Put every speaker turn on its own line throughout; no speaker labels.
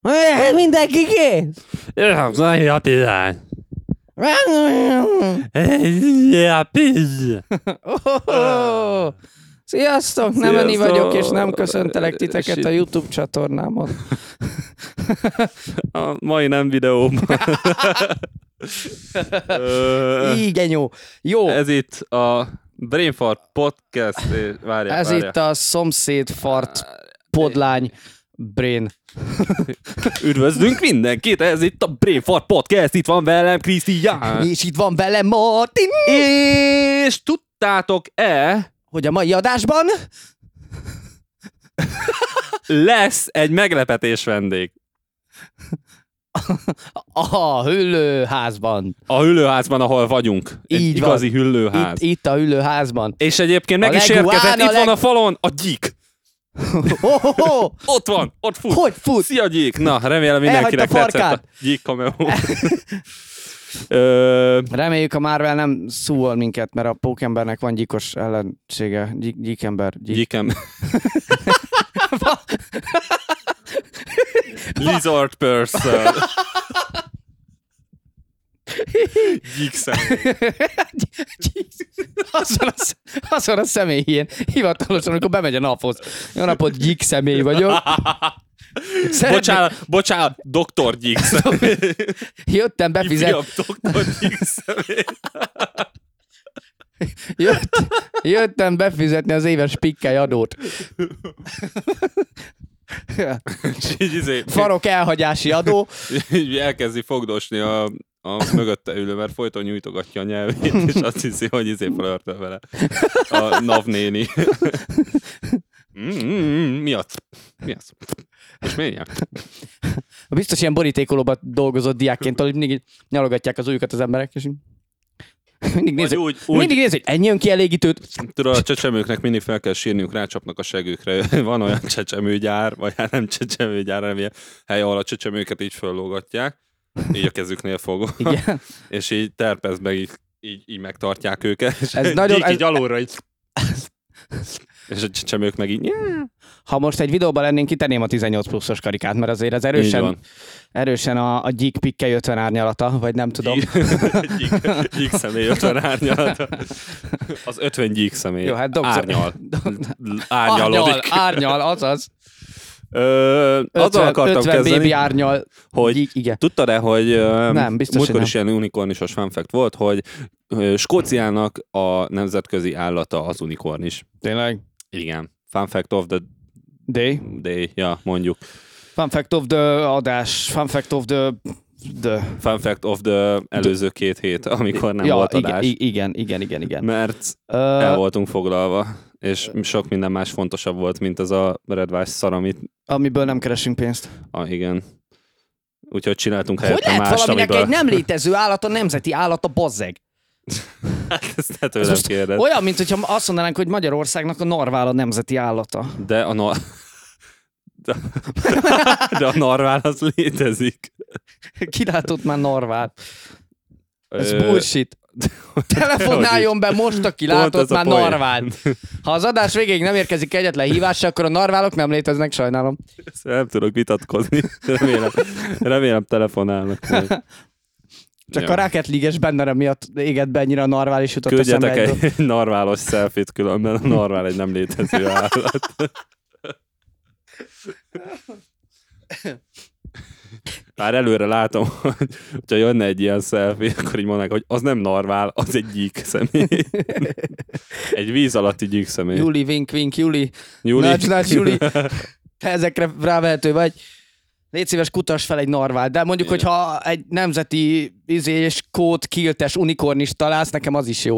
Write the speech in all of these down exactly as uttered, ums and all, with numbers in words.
Mindenki kész!
Ja, pirány. Ja, pizz.
Oh, sziasztok, nem Eni vagyok, és nem köszöntelek titeket a YouTube csatornámon.
A mai nem videóban.
Igen, jó. Jó.
Ez itt a Brainfart Podcast. Várjál,
Ez
várjál.
itt a szomszéd fart podlány Brain.
Üdvözlünk mindenkit, ez itt a Brainfart Podcast, itt van velem Krisztián.
És itt van velem Martin.
És tudtátok-e,
Hogy a mai adásban
lesz egy meglepetés vendég
a hüllőházban.
a hüllőházban, ahol vagyunk. Egy
Így
igazi
van.
hüllőház.
Itt, itt a hüllőházban.
És egyébként meg
A
is
leguán,
érkezett,
a
itt
leg-
van a falon a gyík.
Oh, oh, oh.
Ott van, ott fut.
Hogy fut?
Szia, gyík! Na, remélem mindenkinek
Elhagyta
tetszett a
farkát.
gyík cameo. Ö,
Reméljük a Marvel nem szúol minket, mert a Pókembernek van gyíkos ellensége. Gyík, gyíkember. Gyík.
Gyíkem. Lizard person. Gyík személy.
Azon a, sz- azon a személy ilyen hivatalosan, amikor bemegy a naphoz. Jó napot, gyík személy vagyok. Szeretnék-
Bocsánat, bocsánat, doktor Gyík személy.
Jöttem befizet,
Ifjabb doktor Gyík személy.
jött, jöttem befizetni az éves pikkely adót.
És így izé,
Farok elhagyási adó.
így elkezdi fogdosni a, a mögötte ülő, mert folyton nyújtogatja a nyelvét, és azt hiszi, hogy izé flörtöl vele. A NAV néni. Mm, mm, mm, mi az? Mi az? És milyen?
Biztos ilyen borítékolóban dolgozott diákként, hogy mindig így nyalogatják az ujjukat az emberek, és így mindig nézik,
úgy, úgy,
mindig nézik, hogy ennyi önkielégítőt.
tudod, a csecsemőknek mindig fel kell sírniuk, rácsapnak a segükre. Van olyan csecsemőgyár, vagy hát nem csecsemőgyár, hanem ilyen hely, ahol a csecsemőket így föllógatják, így a kezüknél fogva.
Igen.
És így terpezbe így, így, így megtartják őket. És
Ez
ez
nagyon-
nagyon,
ez-
így alulra így... És a csecsemők meg így...
Ha most egy videóban lennénk, kitenném a tizennyolc pluszos karikát, mert azért ez
Így
erősen,
van.
erősen a, a gyík pikkely ötven árnyalata, vagy nem tudom.
Gyík, gyík személy ötven árnyal. Az ötven gyík személy.
Jó, hát doktor-
Árnyal.
Árnyal,
Árnyalodik.
árnyal, azaz.
Ö, azzal
ötven,
akartam
ötven
kezdeni,
bébi árnyal.
hogy
Gyík, igen.
tudtad-e, hogy ö,
Nem, biztos,
múltkor
hogy
is ilyen unikornisos fun fact volt, hogy ö, Skóciának a nemzetközi állata az unikornis.
Tényleg?
Igen. Fun fact of the
Day.
day, ja, mondjuk.
Fun fact of the adás. Fun fact of the... the.
Fun fact of the előző két hét, amikor nem
ja,
volt
igen,
adás.
i- igen, igen, igen, igen.
Mert
Ö,
el voltunk foglalva, és sok minden más fontosabb volt, mint az a redvász szar, amit,
amiből nem keresünk pénzt.
ah, igen. Úgyhogy csináltunk
Hogy
helyette
lehet
mást,
valaminek
amiből...
egy nem létező állat a nemzeti állat a bazzeg?
Hát ezt ne
Ez
tőlem
most
kérdez.
olyan, mint hogyha azt mondanánk, hogy Magyarországnak a narvál a nemzeti állata.
De a nar... De, de a narvál az létezik.
Kilátott már narvál. Ez
Ö,
bullshit. Telefonáljon be most, aki
Pont
látott
ez a
már
poén.
narvált. Ha az adás végéig nem érkezik egyetlen hívás, akkor a narválok nem léteznek, sajnálom.
ezt nem tudok vitatkozni. Remélem, remélem telefonálnak. majd.
Csak
Ja.
a Rocket League-es bennere miatt égett be ennyire a narvál, és jutott eszembe
Küldjetek
egy...
egy narválos selfie-t, különben a narvál egy nem létező állat. Már előre látom, hogy ha jönne egy ilyen selfie, akkor így mondanák, hogy az nem narvál, az egy gyík személy. Egy víz alatti gyík személy.
Juli, wink, wink, Juli.
Juli.
Nudge, nudge, Juli. Te ezekre rávehető vagy. Légy szíves, kutass fel egy narvált. De mondjuk,
Igen.
hogyha egy nemzeti izés, kód, kiltes unikornist találsz, nekem az is jó.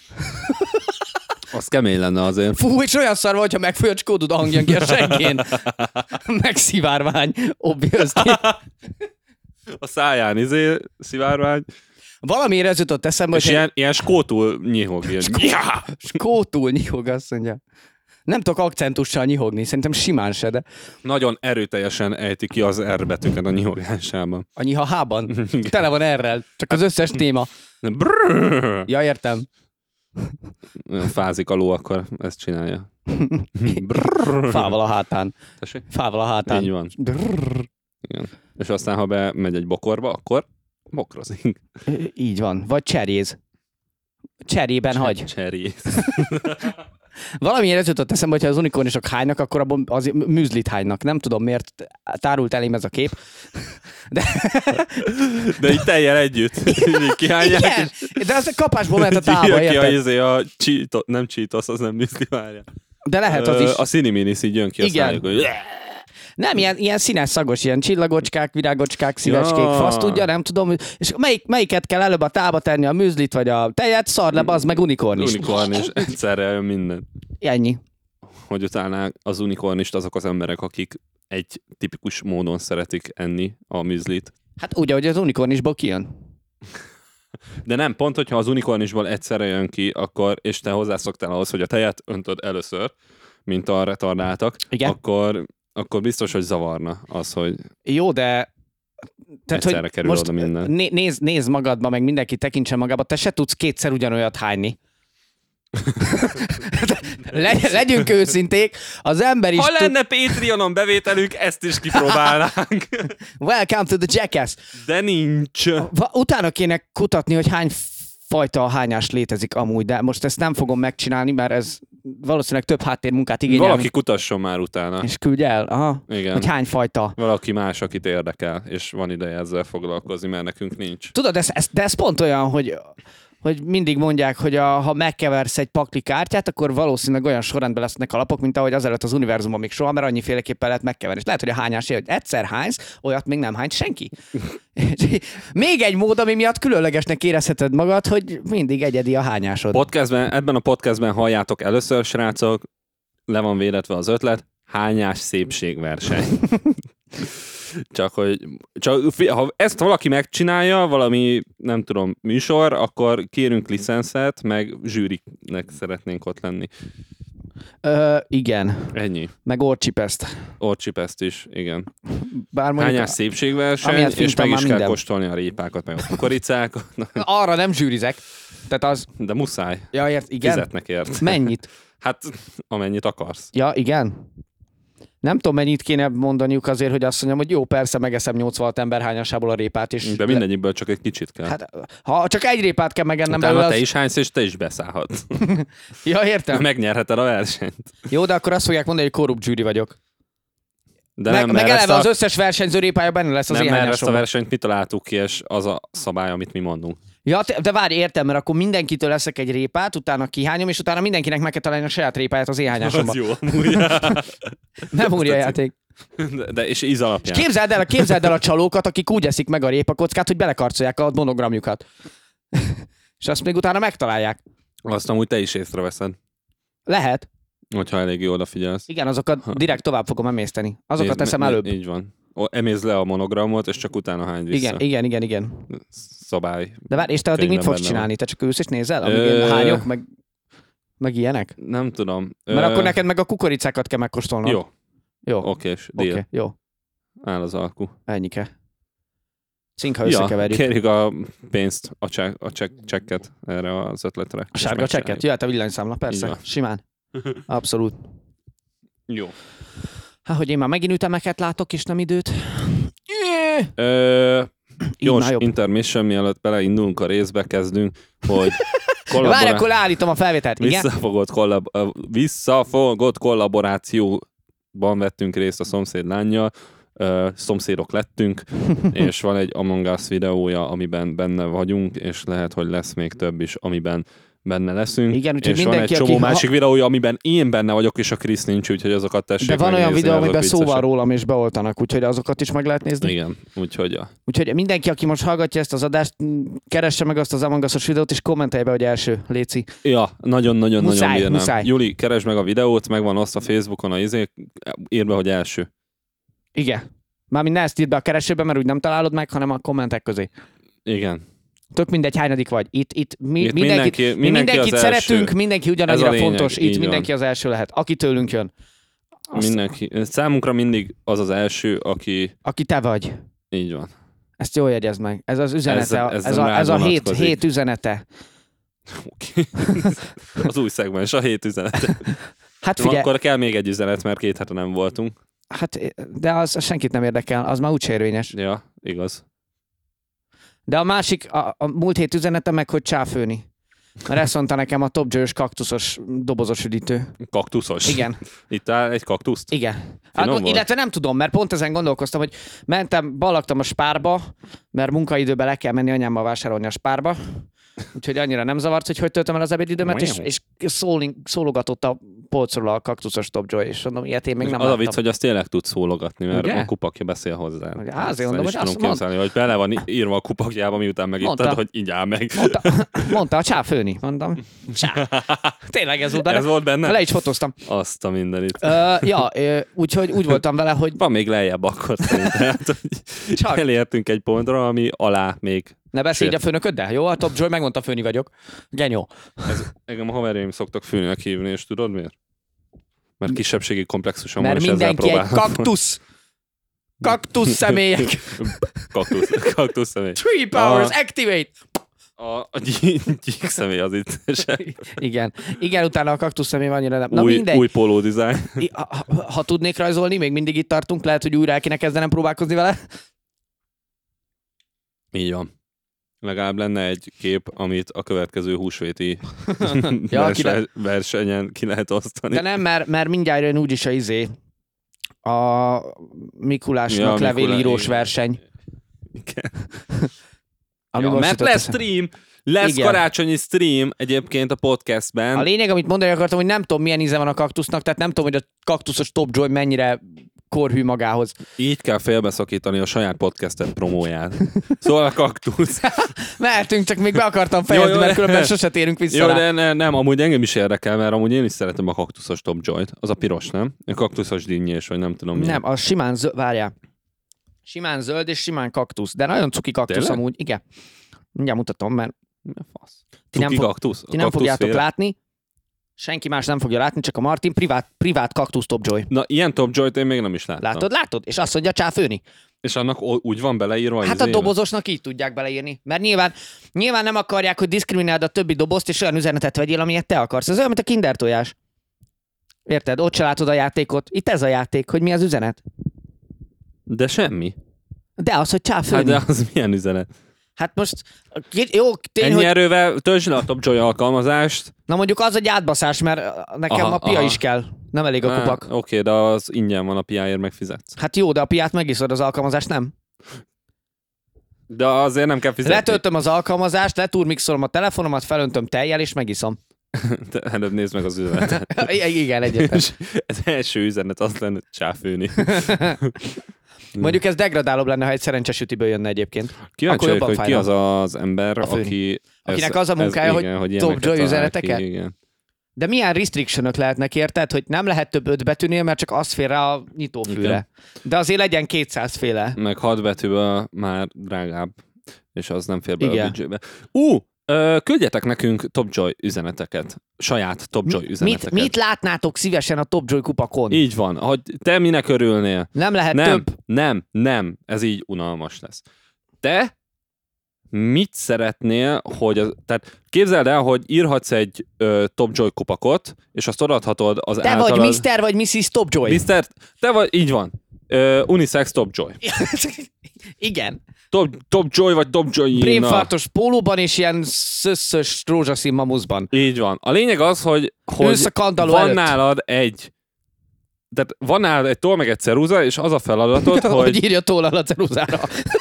Az kemény lenne azért.
Fú, és olyan szar vagy, ha megfúj a kódod a hangjan ki a seggén. Megszivárvány, obviously.
A száján izé, szivárvány,
Valamiért ez jutott eszembe,
és
hogy
ilyen, ilyen skótul nyihog. Ilyen.
skótul nyihog, azt mondja. Nem tudok akcentussal nyihogni, szerintem simán se, de
Nagyon erőteljesen ejti ki az R betűket a nyihogásában.
a nyihahában tele van errel, csak az összes téma.
Brrrr.
Ja, értem.
Olyan fázik a ló, akkor ezt csinálja. Brrrr.
Fával a hátán.
Tessék?
Fával a hátán.
Így van.
Brrr.
Igen. És aztán, ha bemegy egy bokorba, akkor bokrozik.
Így van. Vagy cserjéz. Cserében
Cser-
hagy.
Cserjész.
Valamiért ez jutott eszembe, hogyha az unikornisok hánynak, akkor abban az műzlit hánynak. Nem tudom, miért tárult elém ez a kép. De,
De így teljel együtt. Így kihányják.
igen, de az a kapásból ment a
Így
tálba,
jön ki a,
érted?
izé, a Cheetos, nem Cheetos, az nem műzli, várja.
De lehet az is.
A Ciniminis így jön ki, azt
Igen.
álljuk, hogy...
Nem, ilyen, ilyen színes szagos, ilyen csillagocskák, virágocskák, szívecskék,
Ja.
fasz tudja, nem tudom. És melyik, melyiket kell előbb a tálba tenni, a műzlit vagy a tejet, szar le, az meg unikornis.
Unikornis, egyszerre jön minden.
Ennyi.
Hogy utána az unikornist azok az emberek, akik egy tipikus módon szeretik enni a műzlit.
Hát úgy, ahogy az unikornisból kijön.
De nem, pont, hogyha az unikornisból egyszerre jön ki, akkor, és te hozzászoktál ahhoz, hogy a tejet öntöd először, mint a retardáltak,
Igen.
akkor, akkor biztos, hogy zavarna az, hogy
Jó, de... Tehát,
egyszerre
hogy
kerül
most
oda minden.
Né- nézd, nézd magadba, meg mindenki tekintse magába, te se tudsz kétszer ugyanolyat hányni. Le- legyünk őszinték, az ember is
Ha
tud...
lenne Patreonon bevételünk, ezt is kipróbálnánk.
Welcome to the Jackass!
De nincs.
Va- Utána kéne kutatni, hogy hány fajta hányás létezik amúgy, de most ezt nem fogom megcsinálni, mert ez valószínűleg több háttérmunkát igényel.
Valaki kutasson már utána.
És küldj el, aha,
Igen.
hogy hány fajta.
Valaki más, akit érdekel, és van ideje ezzel foglalkozni, mert nekünk nincs.
Tudod, ez, ez, de ez pont olyan, hogy, hogy mindig mondják, hogy a, ha megkeversz egy pakli kártyát, akkor valószínűleg olyan sorrendben lesznek a lapok, mint ahogy azelőtt az univerzumban még soha, mert annyiféleképpen lehet megkeverni. És lehet, hogy a hányás, hogy egyszer hánysz, olyat még nem hány senki. Még egy mód, ami miatt különlegesnek érezheted magad, hogy mindig egyedi a hányásod.
Podcastben, ebben a podcastben halljátok először, srácok, le van védetve az ötlet, hányás szépségverseny. Csak hogy csak, ha ezt valaki megcsinálja, valami, nem tudom, műsor, akkor kérünk licenszet, meg zsűriknek szeretnénk ott lenni.
Ö, igen,
Ennyi.
meg orcsipeszt.
Orcsipeszt is, igen.
Bár mondjuk
Hányás szépségverseny,
amiatt
és
fintam
meg
már
is kell
minden.
kóstolni a répákat, meg a kukoricákat.
arra nem zsűrizek. Tehát az...
De muszáj.
Ja, ért, igen?
Fizetnek ért.
Mennyit?
Hát, amennyit akarsz.
Ja, igen? Nem tudom, mennyit kéne mondaniuk azért, hogy azt mondjam, hogy jó, persze megeszem nyolcvanhat ember hányásából a répát is.
De mindegyikből csak egy kicsit kell.
Hát, ha csak egy répát kell megennem
Utána
belőle,
te
az...
is hánysz, és te is beszállhatsz.
Ja, értem.
Megnyerheted a versenyt.
Jó, de akkor azt fogják mondani, hogy korrupt zsűri vagyok.
De
meg
nem,
meg
mert
eleve
ezt a,
az összes versenyző répája benne lesz az
nem,
én
mert ezt a
hányásomban.
versenyt mi találtuk ki, és az a szabály, amit mi mondunk.
Ja, te- de várj, értem, mert akkor mindenkitől leszek egy répát, utána kihányom, és utána mindenkinek meg kell találni a saját répáját az én hányásomban.
Az jó, amúgy.
Nem úrja játék.
De, de és íz
És
alapján.
képzeld el, képzeld el a csalókat, akik úgy eszik meg a répakockát, hogy belekarcolják a monogramjukat. És azt még utána megtalálják.
Azt amúgy te is észreveszed,
Lehet.
hogyha eléggé odafigyelsz.
Igen, azokat direkt tovább fogom emészteni. Azokat
Nézd,
teszem
ne-
előbb.
Így van. O, emézd le a monogramot, és csak utána hányd vissza.
Igen, igen, igen, igen.
Szabály.
De várj, és te addig mit
Könyvben
fogsz
benne
csinálni? Te csak ülsz és nézel? Amíg
Ö-
én hányok, meg, meg ilyenek?
Nem tudom.
Mert
Ö,
akkor neked meg a kukoricákat kell megkóstolnod.
Jó,
Jó. Oké,
okés, deal.
okay, jó.
Áll az alku.
Ennyike. Cink, ha
Ja,
összekeverjük.
kérjük a pénzt, a, csek, a csek, csekket erre az ötletre.
A
és
sárga csekket?
megcsináljuk.
Jöhet a villanyszámla,
Így
persze.
van.
Simán. Abszolút.
Jó.
Hát, hogy én már megint ütemeket látok, és nem időt.
Ö,
Így
Gyors
már jobb.
intermission, mielőtt beleindulunk a részbe, kezdünk, hogy
Várj,
kollaborá...
akkor leállítom a felvételt. Igen?
visszafogott, kollab... ö, visszafogott kollaborációban vettünk részt a szomszéd lánnyal, ö, szomszédok lettünk, és van egy Among Us videója, amiben benne vagyunk, és lehet, hogy lesz még több is, amiben benne leszünk.
Igen, úgyhogy
és van
mindenki,
egy csomó
aki-
másik videója, amiben én benne vagyok, és a Krisz nincs, úgyhogy azokat tessék
De van olyan
megnézni,
videó,
azok
amiben szó van
viccesek.
rólam, és beoltanak, úgyhogy azokat is meg lehet nézni.
Igen, úgyhogy ja.
Úgyhogy mindenki, aki most hallgatja ezt az adást, m, keresse meg azt az Among Us-os videót, és kommentelj be, hogy első, léci.
Ja, nagyon-nagyon-nagyon
Muszáj,
bírnám.
muszáj.
Juli, keresd meg a videót, megvan azt a Facebookon a izé, írd be, hogy első.
Igen. Mármint ne ezt írd be a keresőbe, mert úgy nem találod meg, hanem a kommentek közé.
Igen.
Tök mindegy, hányadik vagy. Itt, itt, mi,
Itt
mindenkit,
mindenki-
mi
mindenki
mindenkit
az
szeretünk,
első.
mindenki
Ez
ugyanannyira
a lényeg,
fontos. Itt
így
mindenki az első lehet. Aki tőlünk jön. Azt,
Mindenki. Számunkra mindig az az első, aki...
Aki te vagy.
Így van.
Ezt jól jegyezd meg. Ez az üzenete.
Ezzel-
Ez,
ezzel
a, ez a
rád
hét,
vonatkozik.
hét üzenete.
Oké. Az új szegmens, a hét üzenet.
Hát
Figyelj.
figyelj,
Akkor kell még egy üzenet, mert két hete nem voltunk.
Hát, de az, az senkit nem érdekel, az már úgyse érvényes.
Ja, igaz.
De a másik, a, a múlt hét üzenete meg, hogy csáfőni. Mert ezt mondta nekem a Top Joy-os kaktuszos dobozos üdítő.
Kaktuszos?
Igen.
Itt áll egy kaktuszt?
Igen.
Finom
Hát,
volt?
illetve nem tudom, mert pont ezen gondolkoztam, hogy mentem, ballagtam a Spárba, mert munkaidőben le kell menni anyámmal vásárolni a Spárba, úgyhogy annyira nem zavart, hogy hogy töltöm el az ebédidőmet, és, és szóling, szólogatott a polcról a kaktuszos Top Joy, és mondom, ilyet én még nem
Az
láttam.
a vicc, hogy azt tényleg tudsz szólogatni, mert
Ugye?
a kupakja beszél hozzá.
Ugye, hát azért
Ezt
mondom,
el is
hogy azt
tudom képzelni, hogy bele van írva a kupakjába, miután megittad,
Mondta.
hogy így áll meg.
Mondta, mondta a csáfőni, mondom. Csá. Tényleg ez volt benne.
Ez volt benne?
Le is fotóztam.
Azt a mindenit.
Uh, ja, uh, úgyhogy úgy voltam vele, hogy
Van még lejjebb akkor szerintem. Hát, hogy
Csak.
elértünk egy pontra, ami alá még.
ne beszélj
Sőt.
a főnököddel. Jó, a Top Joy megmondta, főni vagyok. Genyó.
Ez, engem a haverjaim szoktak főnőnek hívni, és tudod miért? Mert kisebbségi komplexusom van,
Mert
és ezzel
mindenki egy
próbálom.
kaktusz. Kaktusz személyek.
Kaktusz, kaktusz személy.
Three powers, activate.
A, a gyík, gyík személy az itt.
Igen. Igen, utána a kaktusz személy annyira nem. Na
új,
mindegy.
új póló design.
I- Ha, ha, ha tudnék rajzolni, még mindig itt tartunk, lehet, hogy újra el kéne kezdenem próbálkozni vele.
Így van. Legalább lenne egy kép, amit a következő húsvéti
Ja,
verse-
ki le-
versenyen ki lehet osztani.
De nem, mert, mert mindjárt jön úgyis a izé. A Mikulásnak
Ja,
levélírós
Mikulá-
verseny.
Igen.
Ami
Ja,
most
mert
jutott
lesz
eszembe.
stream, lesz
Igen.
karácsonyi stream egyébként a podcastben.
A lényeg, amit mondani akartam, hogy nem tudom, milyen íze van a kaktusznak, tehát nem tudom, hogy a kaktuszos Top Joy mennyire korhű magához.
Így kell félbeszakítani a saját podcastet promóját. Szóval a kaktusz.
Mehetünk, csak még be akartam fejezni,
Jó, jó,
mert
de-
különben sose térünk vissza
Jó,
rá.
de ne, nem, amúgy engem is érdekel, mert amúgy én is szeretem a kaktuszos Top Joy-t. Az a piros, nem? A kaktuszos dinnyés, vagy nem tudom milyen.
Nem, a simán zöld, várjál. Simán zöld és simán kaktusz, de nagyon cuki kaktusz
Tényleg?
amúgy, igen. Mindjárt mutatom, mert
Mi a fasz?
Ti nem
Cuki
fog-
kaktusz? A
ti nem fogjátok
kaktuszféle?
látni. Senki más nem fogja látni, csak a Martin, privát, privát kaktusz Top Joy.
Na, ilyen Top Joy-t én még nem is láttam.
Látod, látod? És azt mondja csáfőni.
És annak o- úgy van beleírva?
Hát a
izébe?
dobozosnak így tudják beleírni. Mert nyilván, nyilván nem akarják, hogy diszkrimináld a többi dobozt, és olyan üzenetet vegyél, amilyet te akarsz. Ez olyan, mint a Kinder tojás. Érted? Ott se látod a játékot. Itt ez a játék, hogy mi az üzenet.
De semmi.
De az, hogy csáfőni.
Hát
Hát,
de az milyen üzenet?
hát most, jó, tény,
Ennyi
hogy...
erővel töltsd le a Top Joy alkalmazást.
Na mondjuk az egy átbaszás, mert nekem
Aha,
a pia
aha.
is kell. Nem elég a
Á,
kupak.
Oké, de az ingyen van, a piáért megfizetsz.
Hát jó, de a piát megiszod, az alkalmazást nem.
De azért nem kell fizetni.
Letöltöm az alkalmazást, leturmixolom a telefonomat, felöntöm tejjel, és megiszom.
Te előbb nézd meg az üzenetet.
I- igen, egyébként.
És ez első üzenet az lenne, hogy csáfőni.
Mondjuk ez degradálóbb lenne, ha egy szerencsesütiből jönne egyébként.
Kíváncsi
Akkor
vagyok,
jobban
hogy ki
fájna.
az az ember,
A főni.
aki...
Akinek az a munkája, hogy
igen,
Top
ilyeneket
Joy
talál
üzeneteket?
Ki, igen.
De milyen restrictionök lehetnek, érted? Hogy nem lehet több öt betűnél, mert csak az fér rá a nyitófűre.
Igen.
De azért legyen kétszáz féle.
Meg hat betűből már drágább, és az nem fér be
Igen.
a büdzsébe. Ú, ö, küldjetek nekünk Top Joy üzeneteket. Saját Top Joy
Mit,
üzeneteket.
mit látnátok szívesen a Top Joy kupakon?
Így van, hogy te minek örülnél.
Nem lehet
Nem,
több.
nem, nem, ez így unalmas lesz. Te mit szeretnél, hogy... Az, tehát képzeld el, hogy írhatsz egy ö, Top Joy kupakot, és azt odaadhatod az
Te
általad...
vagy miszter vagy missziz Top Joy.
miszter Te vagy, így van. Ö, unisex Top Joy.
Igen.
Top, top Joy vagy Top Joy.
Prémfartos pólóban és ilyen szösszös rózsaszín mamuszban.
Így van. A lényeg az, hogy, hogy
Ülsz a kandalló
van
előtt.
nálad egy tehát van nálad egy toll meg egy ceruza, és az a feladatod,
Hogy
hogy...
írja tollal a ceruzára.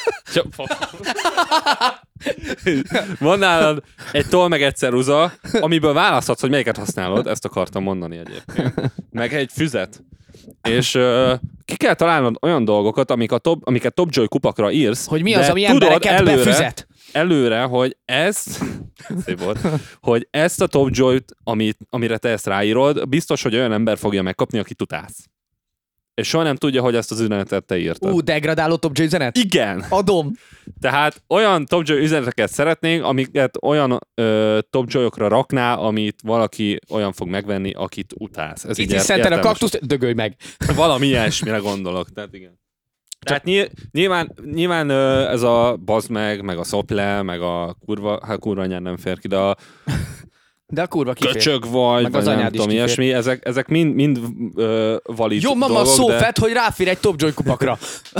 Van nálad egy toll meg egy ceruza, amiből választhatsz, hogy melyiket használod, ezt akartam mondani egyébként. Meg egy füzet. És uh, ki kell találnod olyan dolgokat, amik a top, amiket Top Joy kupakra írsz.
Hogy mi
de
az, ami
tudod
embereket
előre,
befizet.
előre, hogy ezt, szép volt, hogy ezt a Top Joy-t, amit, amire te ezt ráírod, biztos, hogy olyan ember fogja megkapni, akit utálsz. És soha nem tudja, hogy ezt az üzenetet te írtad.
Ú, degradáló Top Joy üzenet?
Igen!
Adom.
Tehát olyan Top Joy üzeneteket szeretnénk, amiket olyan ö, Top Joy-okra rakná, amit valaki olyan fog megvenni, akit utálsz. Ez
Itt
így
is szenten a
értelmes.
kaktuszt, dögölj meg.
Valami ilyesmire gondolok, tehát igen. Tehát nyilván, nyilván, nyilván ö, ez a bazd meg, meg a szople, meg a kurva, hát kurva anyán nem fér ki, de a,
De a kurva kifér.
köcsög vagy,
Meg
vagy
az
nem
anyád is
tudom,
kifér.
ilyesmi. Ezek, ezek mind, mind ö, valid
Jó, mama,
dolgok,
szó
de...
fett, hogy ráfér egy Top Joy kupakra.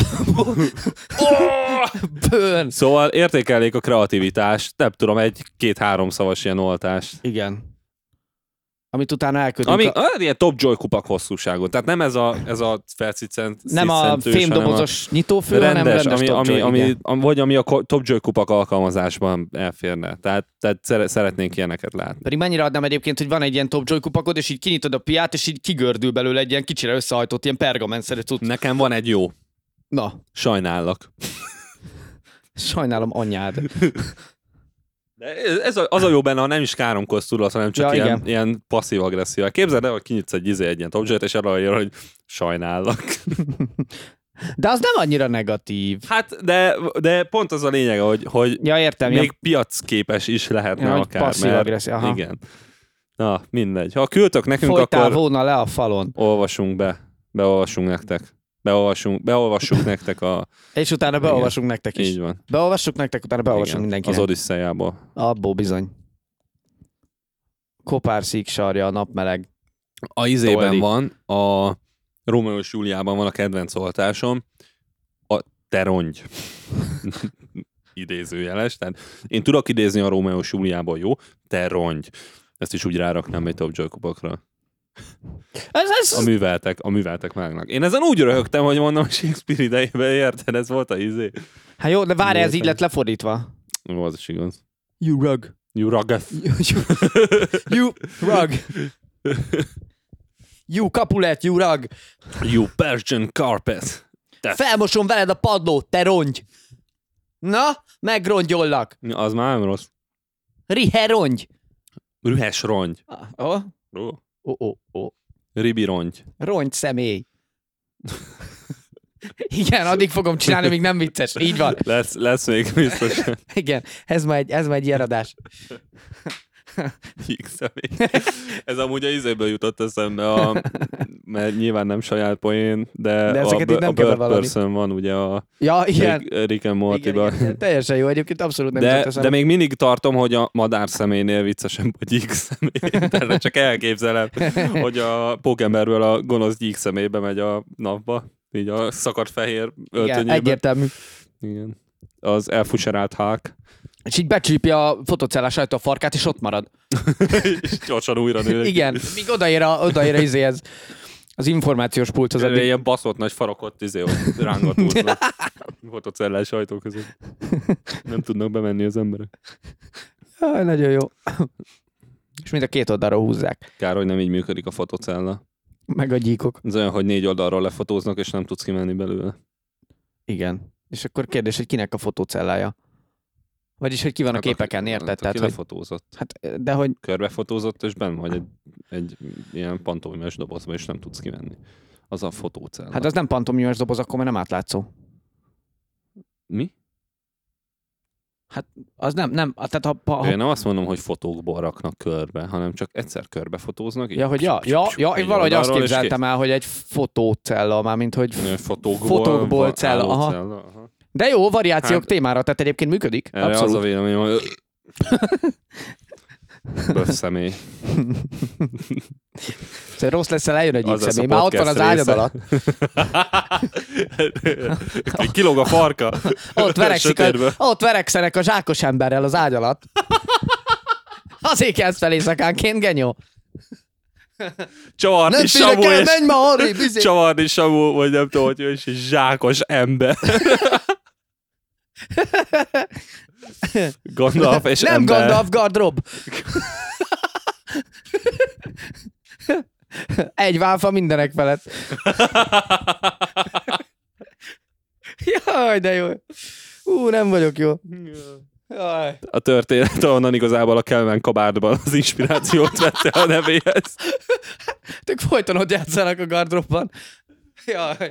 Bőn.
Szóval értékelnék a kreativitást, nem tudom, egy két-három szavas ilyen oltást.
Igen. Amit utána elkötünk.
Ami
a...
a... ilyen Top Joy kupak hosszúságon. Tehát nem ez a, ez a felcicent,
Nem a fémdobozos nyitófő, hanem
rendes,
rendes
ami,
Top
ami,
Joy,
ami,
igen.
ami, vagy ami a Top Joy kupak alkalmazásban elférne. Tehát, tehát szere- szeretnénk ilyeneket látni.
Pedig mennyire adnám egyébként, hogy van egy ilyen Top Joy kupakod, és így kinyitod a piát, és így kigördül belőle egy ilyen kicsire összehajtott, ilyen pergamenszerű cucc.
Nekem van egy jó.
Na,
Sajnállak.
sajnálom anyád.
De ez a, az a jó benne, ha nem is káromkodsz tudod, hanem csak
Ja,
ilyen,
igen.
ilyen passzív-agresszív. Képzeld el, hogy kinyitsz egy, izé, egy ilyen Top Joy-t, és arra jön, hogy sajnállak.
De az nem annyira negatív.
Hát, de, de pont az a lényeg, hogy, hogy
Ja, értem.
még
Ja,
piacképes is lehetne
Ja, hogy
akár.
passzív-agresszív, aha.
Igen. Na, mindegy. Ha küldtök nekünk,
folytál
akkor
volna le a falon.
olvasunk be. Beolvasunk nektek. Beolvasunk, beolvassuk nektek a...
És utána beolvasunk nektek is.
Így van.
Beolvassuk nektek, utána beolvasunk
Igen.
mindenkinek.
Az Odüsszejából.
Abból bizony. Kopár szík sarja, napmeleg.
A izében
Toldi.
van, a Rómeó és Júliában van a kedvenc oltásom, a te rongy. Idézőjeles. Tehát én tudok idézni a Rómeó és Júliából, jó? Te rongy. Ezt is úgy ráraknám egy Top Joy kupakra.
Ez, ez...
A műveltek, a műveltek vágnak. Én ezen úgy röhögtem, hogy mondom, Shakespeare idejében, érted? Ez volt a izé.
Hát jó, de várj, ez
Voltam.
így lett lefordítva.
Ó, az is igaz.
You rug.
You rageth.
You, you rug. You Capulet, you rug.
You Persian carpet. Te...
Felmosom veled a padlót, te rongy. Na, megrongyollak.
Az már nem rossz.
Rihe rongy.
Rühes rongy.
Ó,
Ó.
ó, ó, ó.
Ribi rongy.
Rongy személy. Igen, addig fogom csinálni, míg nem vicces. Így van.
Lesz, lesz még biztos.
Igen, ez már egy, ez már egy ilyen adás.
X-személy. Ez amúgy a izéből jutott eszembe, a, mert nyilván nem saját poén, de,
De
a,
ezeket itt nem
a
kell
Bird
bevallani.
Person van ugye a
Ja, igen.
Rick, Rick and
Igen,
Morty-ban.
igen, teljesen jó, egyébként abszolút nem
De,
jutott
de
eszembe.
még mindig tartom, hogy a madár személynél viccesebb a gyík személy. Tehát csak elképzelem, hogy a pókemberből a gonosz gyík személybe megy a napba, így a szakadt fehér
Igen,
öltönyébe.
egyértelmű.
Igen. Az elfuserált hák.
És így becsípi a fotocellás ajtó a farkát, és ott marad.
És gyorsan újra nő.
Igen, míg odaér a, odaér a izéhez. Az információs pulthoz
Ez
addig.
ilyen baszott nagy farakott izé, hogy rángatúznak fotocellás ajtó között. Nem tudnak bemenni az emberek.
Jaj, nagyon jó. És mind a két oldalról húzzák.
Kár, hogy nem így működik a fotocella.
Meg a gyíkok.
Ez olyan, hogy négy oldalról lefotóznak, és nem tudsz kimenni belőle.
Igen. És akkor kérdés, hogy kinek a fotócellája? Vagyis, hogy ki van a képeken, érted?
Hát,
Tehát,
aki
hogy,
lefotózott.
hát, de hogy
Körbefotózott, és benn vagy egy, egy ilyen pantomimes dobozba, és nem tudsz kimenni. Az a fotócella.
hát az nem pantomimes doboz, akkor már nem átlátszó.
Mi?
Az nem, nem, tehát ha... ha
Én nem azt mondom, hogy fotókból raknak körbe, hanem csak egyszer körbefotóznak. így
ja, hogy ja, ja, ja, én
egy
valahogy azt
oldalról, és
képzeltem el, hogy egy fotócella, már mint hogy...
kész. Fotókból,
Fotókból cella,
álló
aha.
cella, aha.
De jó, variációk
Hát-
témára, tehát egyébként működik.
Erre
Abszolút.
az a véleményem, hogy böf személy.
Szóval rossz lesz, eljön egy
Az lesz
személy.
a
Már ott van az
podcast
ágyad
része.
alatt.
Kilóg a farka.
Ott verekszik,
Sötétből.
a, ott verekszenek a zsákos emberrel az ágy alatt. Azért kezd fel éjszakánként, genyó.
Csavarni
Nem
Samu,
félek el,
és...
menj ma arrébb, izé.
Csavarni Samu, vagy nem tudom, hogy ő is egy zsákos ember. Gandalf és
Nem
ember.
Gandalf, Gardrob. Egy válfa mindenek felett. Jaj, de jó. Ú, nem vagyok jó. Jaj.
A történet onnan igazából a Kelvin kabátban az inspirációt vette a nevéhez.
Tök folyton ott játszanak a gardróbban. Jaj.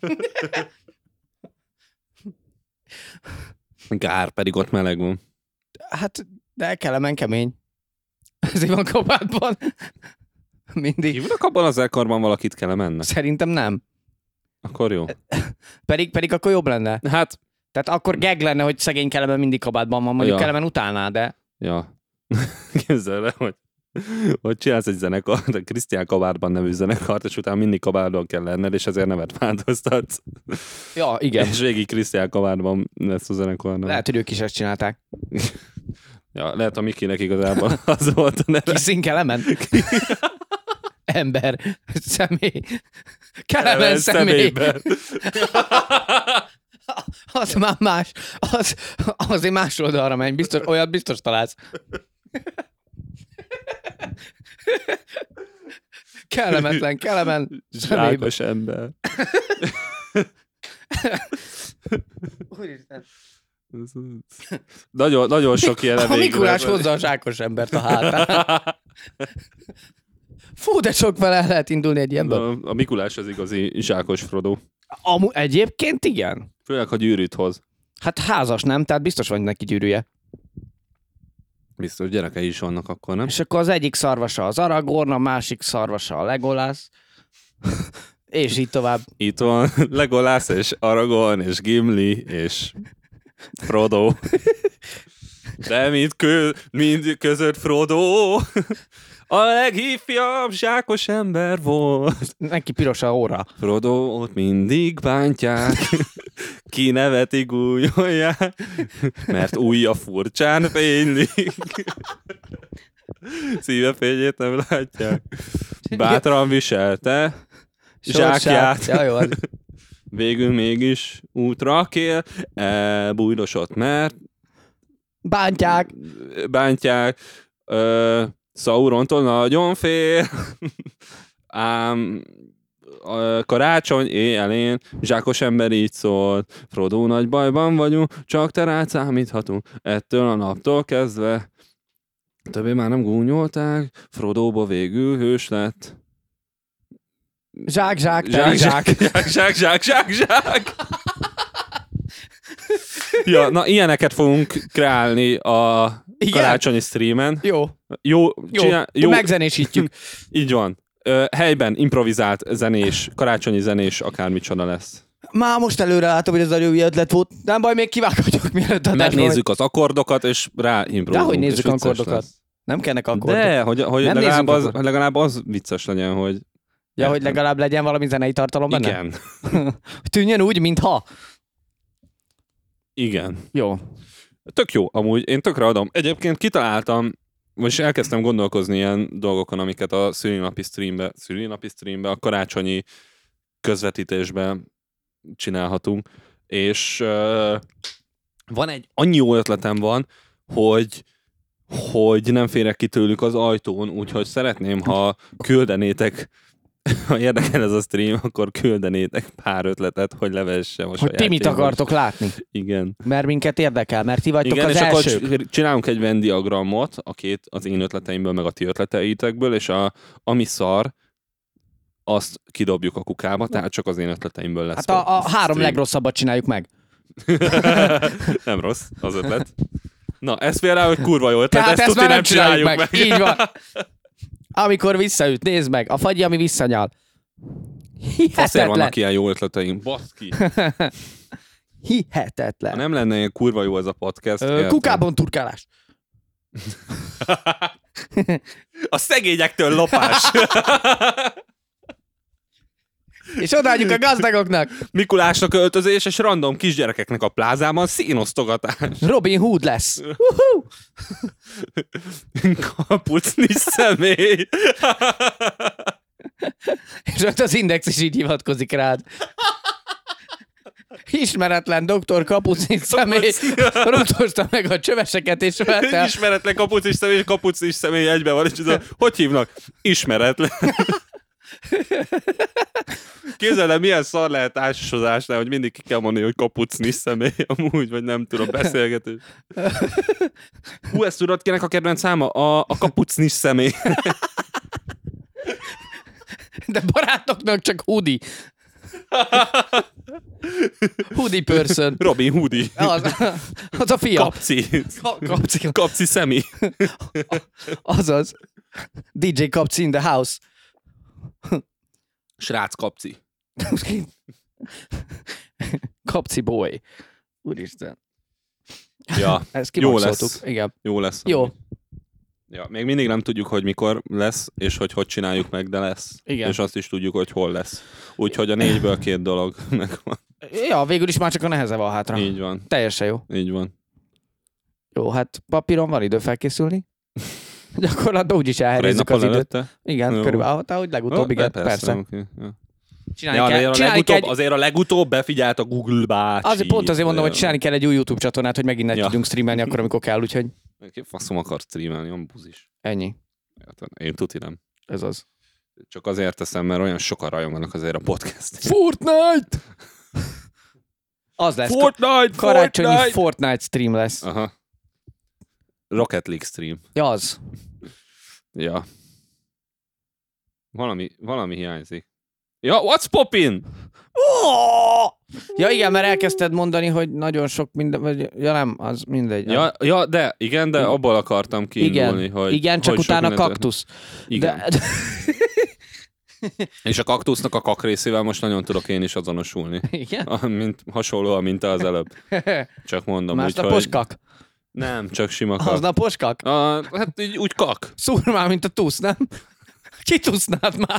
Gár, pedig ott meleg van.
Hát, de Kelemen kemény. Ezért van kabátban. Mindig.
Hívnak abban az elkarban valakit kell mennek?
Szerintem nem.
Akkor jó.
Pedig, pedig akkor jobb lenne.
Hát,
Tehát akkor gag lenne, hogy szegény Kelemen mindig kabátban van. Mondjuk
Ja.
Kelemen utálná, de...
ja. Képzeld el, hogy hogy csinálsz egy zenekart, a Krisztián Kabárban nevű zenekart, és utána mindig Kabárdon kell lenned, és ezért nevet változtatsz.
Ja, igen.
És végig Krisztián Kabárban lesz a zenekarnak.
Lehet, hogy ők is ezt csinálták.
Ja, lehet a Mikinek igazából az volt a neve.
Kiszín Kelemen. Ember. Személy. Kelemen személy. Az már más. Az, azért más oldalra menj. Biztos, olyat biztos találsz. Kellemetlen, Kelemen személyben.
Zsákos ember.
Úristen.
Nagyon, nagyon sok ilyen
A Mikulás hozza a zsákos embert a hátán. Fú, de sok vele el lehet indulni egy ilyenből.
A, a Mikulás az igazi zsákos Frodo.
Amu, egyébként igen.
Főleg, ha gyűrűt hoz.
Hát házas nem, tehát biztos van neki gyűrűje.
Biztos gyerekei is vannak akkor, nem?
És akkor az egyik szarvasa az Aragorn, a másik szarvasa a Legolas. És így tovább.
Itt van Legolas, és Aragorn, és Gimli, és Frodo. De mind, kö, mind között Frodo a legifjabb zsákos ember volt.
Neki piros a óra.
Frodót mindig bántják, kinevetik, gúnyolják, mert újja furcsán fénylik. Szíve fényét nem látják. Bátran viselte zsákját.
Ja, jó, az.
Végül mégis útra kél, elbújdosott, mert
Bántják.
bántják, ö, Saurontól nagyon fél, ám a karácsony éjjelén zsákos ember így szólt, Frodo, nagy bajban vagyunk, csak te rád számíthatunk, ettől a naptól kezdve. Többé már nem gúnyolták, Frodóba végül hős lett.
Zsák, zsák,
Zsák,
zsák,
zsák, zsák, zsák, zsák, zsák. Ja, na ilyeneket fogunk kreálni a
Igen?
karácsonyi streamen.
Jó,
Jó,
jó,
csinál,
jó. Megzenésítjük.
Így van. Ö, helyben improvizált zenés, karácsonyi zenés, akármicsoda lesz.
Már most előre látom, hogy ez nagyon jó ötlet volt. Nem baj, még kivághatjuk, mielőtt a
Megnézzük az akkordokat, és rá improvizálunk.
De hogy nézzük
és vicces
akkordokat?
lesz.
Nem kellnek akkordok.
De, hogy, hogy
Nem
legalább,
nézzünk
az,
akkor.
legalább az vicces legyen, hogy...
Ja, hogy legalább legyen valami zenei tartalom benne?
Igen.
Tűnjön úgy, mintha.
Igen.
Jó.
Tök jó, amúgy én tökre adom. Egyébként kitaláltam, most elkezdtem gondolkozni ilyen dolgokon, amiket a szülinapi streambe, szülinapi streambe, a karácsonyi közvetítésben csinálhatunk. És uh, van egy, annyi jó ötletem van, hogy hogy nem férek ki tőlük az ajtón, úgyhogy szeretném, ha küldenétek, ha érdekel ez a stream, akkor küldenétek pár ötletet, hogy levessem a
Hogy
saját
ti mit
témát.
akartok látni.
Igen.
Mert minket érdekel, mert ti vagytok
Igen,
az
és
elsők.
akkor csinálunk egy Venn diagramot, a két, az én ötleteimből, meg a ti ötleteitekből, és a, ami szar, azt kidobjuk a kukába, tehát csak az én ötleteimből lesz.
Hát a, a három
stream.
legrosszabbat csináljuk meg.
Nem rossz az ötlet. Na, ez például, hogy kurva jó ötlet,
Tehát
ezt
ezt
tuti
már
nem csináljuk meg.
meg. Így van. Amikor visszaüt, nézd meg. A fagyi, ami visszanyal.
Faszért
Hihetetlen.
vannak ilyen jó ötleteim. Baszki.
Hihetetlen.
Ha nem lenne ilyen kurva jó ez a podcast.
Ö,
érted?
kukában turkálás.
A szegényektől lopás.
És odaadjuk a gazdagoknak.
Mikulásnak öltözés, és random kisgyerekeknek a plázában színosztogatás.
Robin Hood lesz. Uh-huh.
Kapucni személy.
És ott az Index is így hivatkozik rád. Ismeretlen doktor Kapucni személy rotosta meg a csöveseket, és vette.
Ismeretlen kapucis személy, és kapucis személy egybe van, és ez, hogy hívnak? Ismeretlen. Képzeld el, milyen szar lehet társasozásnál, hogy mindig ki kell mondani, hogy kapucni személy, amúgy, vagy nem tudom, beszélgetés. Hú, ezt tudod, kinek a kedvenc száma? A, a kapucnis személy.
De barátoknak csak Hoodie. Hoodie person.
Robin Hoodie.
Az, az a fia.
Kapci.
Ka- Kapci.
Kapci személy.
Azaz. dé dzsé Kapci in the house.
Srác kapci.
Kapci boy. Úristen.
Ja,
Ezt
jó
kimaxoltuk.
lesz.
Igen.
Jó lesz.
Jó.
Ja, még mindig nem tudjuk, hogy mikor lesz, és hogy hogy csináljuk meg, de lesz.
Igen.
És azt is tudjuk, hogy hol lesz. Úgyhogy a négyből két dolog megvan.
Ja, végül is már csak a neheze van hátra.
Így van.
Teljesen jó.
Így van.
Jó, hát papíron van idő felkészülni. Gyakorlatban úgyis elhelyezzük az időt.
Előtte?
Igen,
Jó.
körülbelül, ahogy legutóbb, igen, persze.
persze. Okay. Ja.
Csinálni
Ja,
kell,
azért, a
csinálni
legutóbb,
kell egy,
azért a legutóbb befigyelt a Google bácsi.
azért pont azért mondom, hogy csinálni kell egy új YouTube csatornát, hogy megint ne
Ja.
tudjunk streamelni akkor, amikor kell, úgyhogy
Faszom akar streamelni, olyan buzis.
ennyi.
Én tuti nem.
Ez az.
Csak azért teszem, mert olyan sokan rajonganak azért a podcast.
Fortnite! Az lesz.
Fortnite!
Karácsonyi
Fortnite!
Fortnite stream lesz.
Aha. Rocket League stream.
Ja, az.
Ja. Valami, valami hiányzik. Ja, what's poppin?
Oh! Ja igen, mert elkezdted mondani, hogy nagyon sok minden, vagy, ja nem, az mindegy.
Ja, ja, de, igen, de abból akartam kiindulni,
igen,
hogy...
igen, csak
hogy
utána
mindent-
kaktusz.
Igen.
De, de,
És a kaktusznak a kak részével most nagyon tudok én is azonosulni.
igen?
A, mint, hasonlóan, mint az előbb. Csak mondom,
Másnapos
úgyhogy...
kak.
Nem, csak sima kak.
Aznapos kak.
A, hát így úgy kak.
Szúr már, mint a tusz, nem? Ki tusznád már?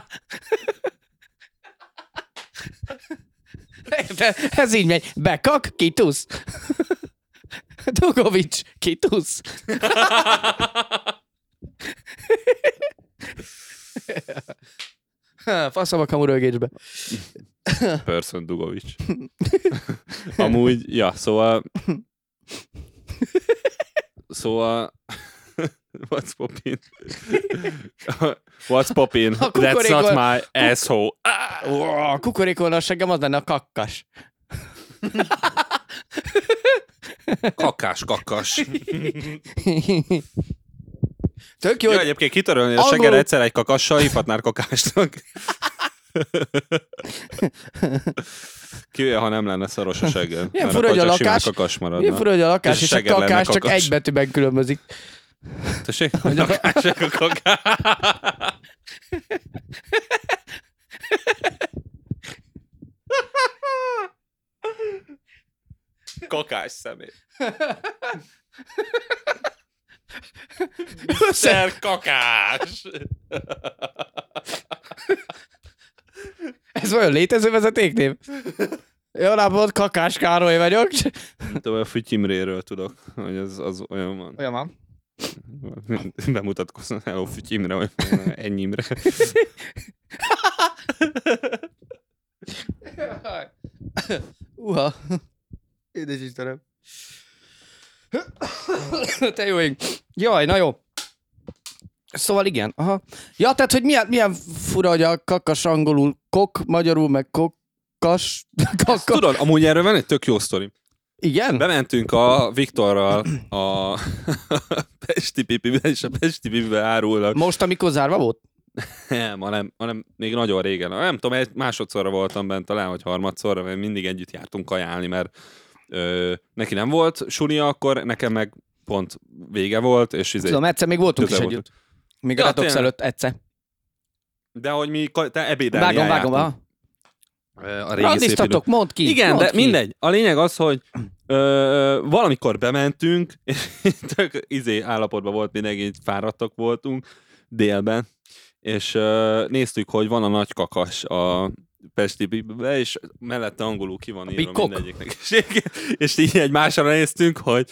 Érted? Ez így megy. Bekak, ki tusz. Dugovics, ki tusz. Faszom a kamurölgésbe.
Person Dugovics. Amúgy, ja, szóval... Szóval... What's poppin? What's poppin?
A
That's not
kukorékol-
my asshole.
A kukorékolna a seggem, az lenne a kakkas.
Kakás, kakkas.
Tök jó,
Jó,
hogy
egyébként kitörölni a
Angolul-
segged egyszer egy kakassal, hívhatnál kakásnak. Kivéve, ha nem lenne szaros a segged.
Milyen
Mert
fura,
akkor
hogy a
csak simán
lakás-
kakas maradna.
milyen fura, hogy a lakás
És
és a
segged lenne
kakás csak
kakas.
egy betűben különbözik.
Tessék? A lakásnak a kakás. Kakás személy. Szer kakás.
Ez olyan létező vezetéknév? Jó napot, Kakás Károly vagyok.
Nem tudom, a Füty Imréről tudok, hogy ez az olyan van.
Olyan van.
Bemutatkozom, hello Füty Imre, hogy ennyi Imre.
Uha. Édes Istenem. Te jó ég. Jaj, na jó. Szóval igen. Aha. Ja, tehát, hogy milyen, milyen fura, hogy a kakas angolul kok, magyarul meg kokkas. Kakka.
Tudod, amúgy erről van egy tök jó sztori.
Igen?
Bementünk a Viktorral a Pesti Pipibe, és a Pesti Pipibe árulnak.
Most, amikor zárva volt?
Nem, hanem, hanem még nagyon régen. Nem tudom, egy másodszorra voltam bent, talán, hogy harmadszorra, mert mindig együtt jártunk kajálni, mert ö, neki nem volt sulia, akkor nekem meg pont vége volt, és izé,
Tudom, egyszer még voltunk is
közel
együtt. Még
Ja,
a Ratox
tényleg.
előtt egyszer.
de hogy mi ka- te ebédelni
Vágom, vágom.
eljártunk.
aha.
Ö, A régi szép idő.
Radisztatok, mondd ki.
Igen,
mondd
de
ki.
mindegy. A lényeg az, hogy ö, valamikor bementünk, és tök izé állapotban volt, mindenki így fáradtak voltunk délben, és ö, néztük, hogy van a nagy kakas a Pesti Pipibe, és mellette angolul ki van
Big
írva
Cock.
mindegyiknek. És, és így egymásra néztünk, hogy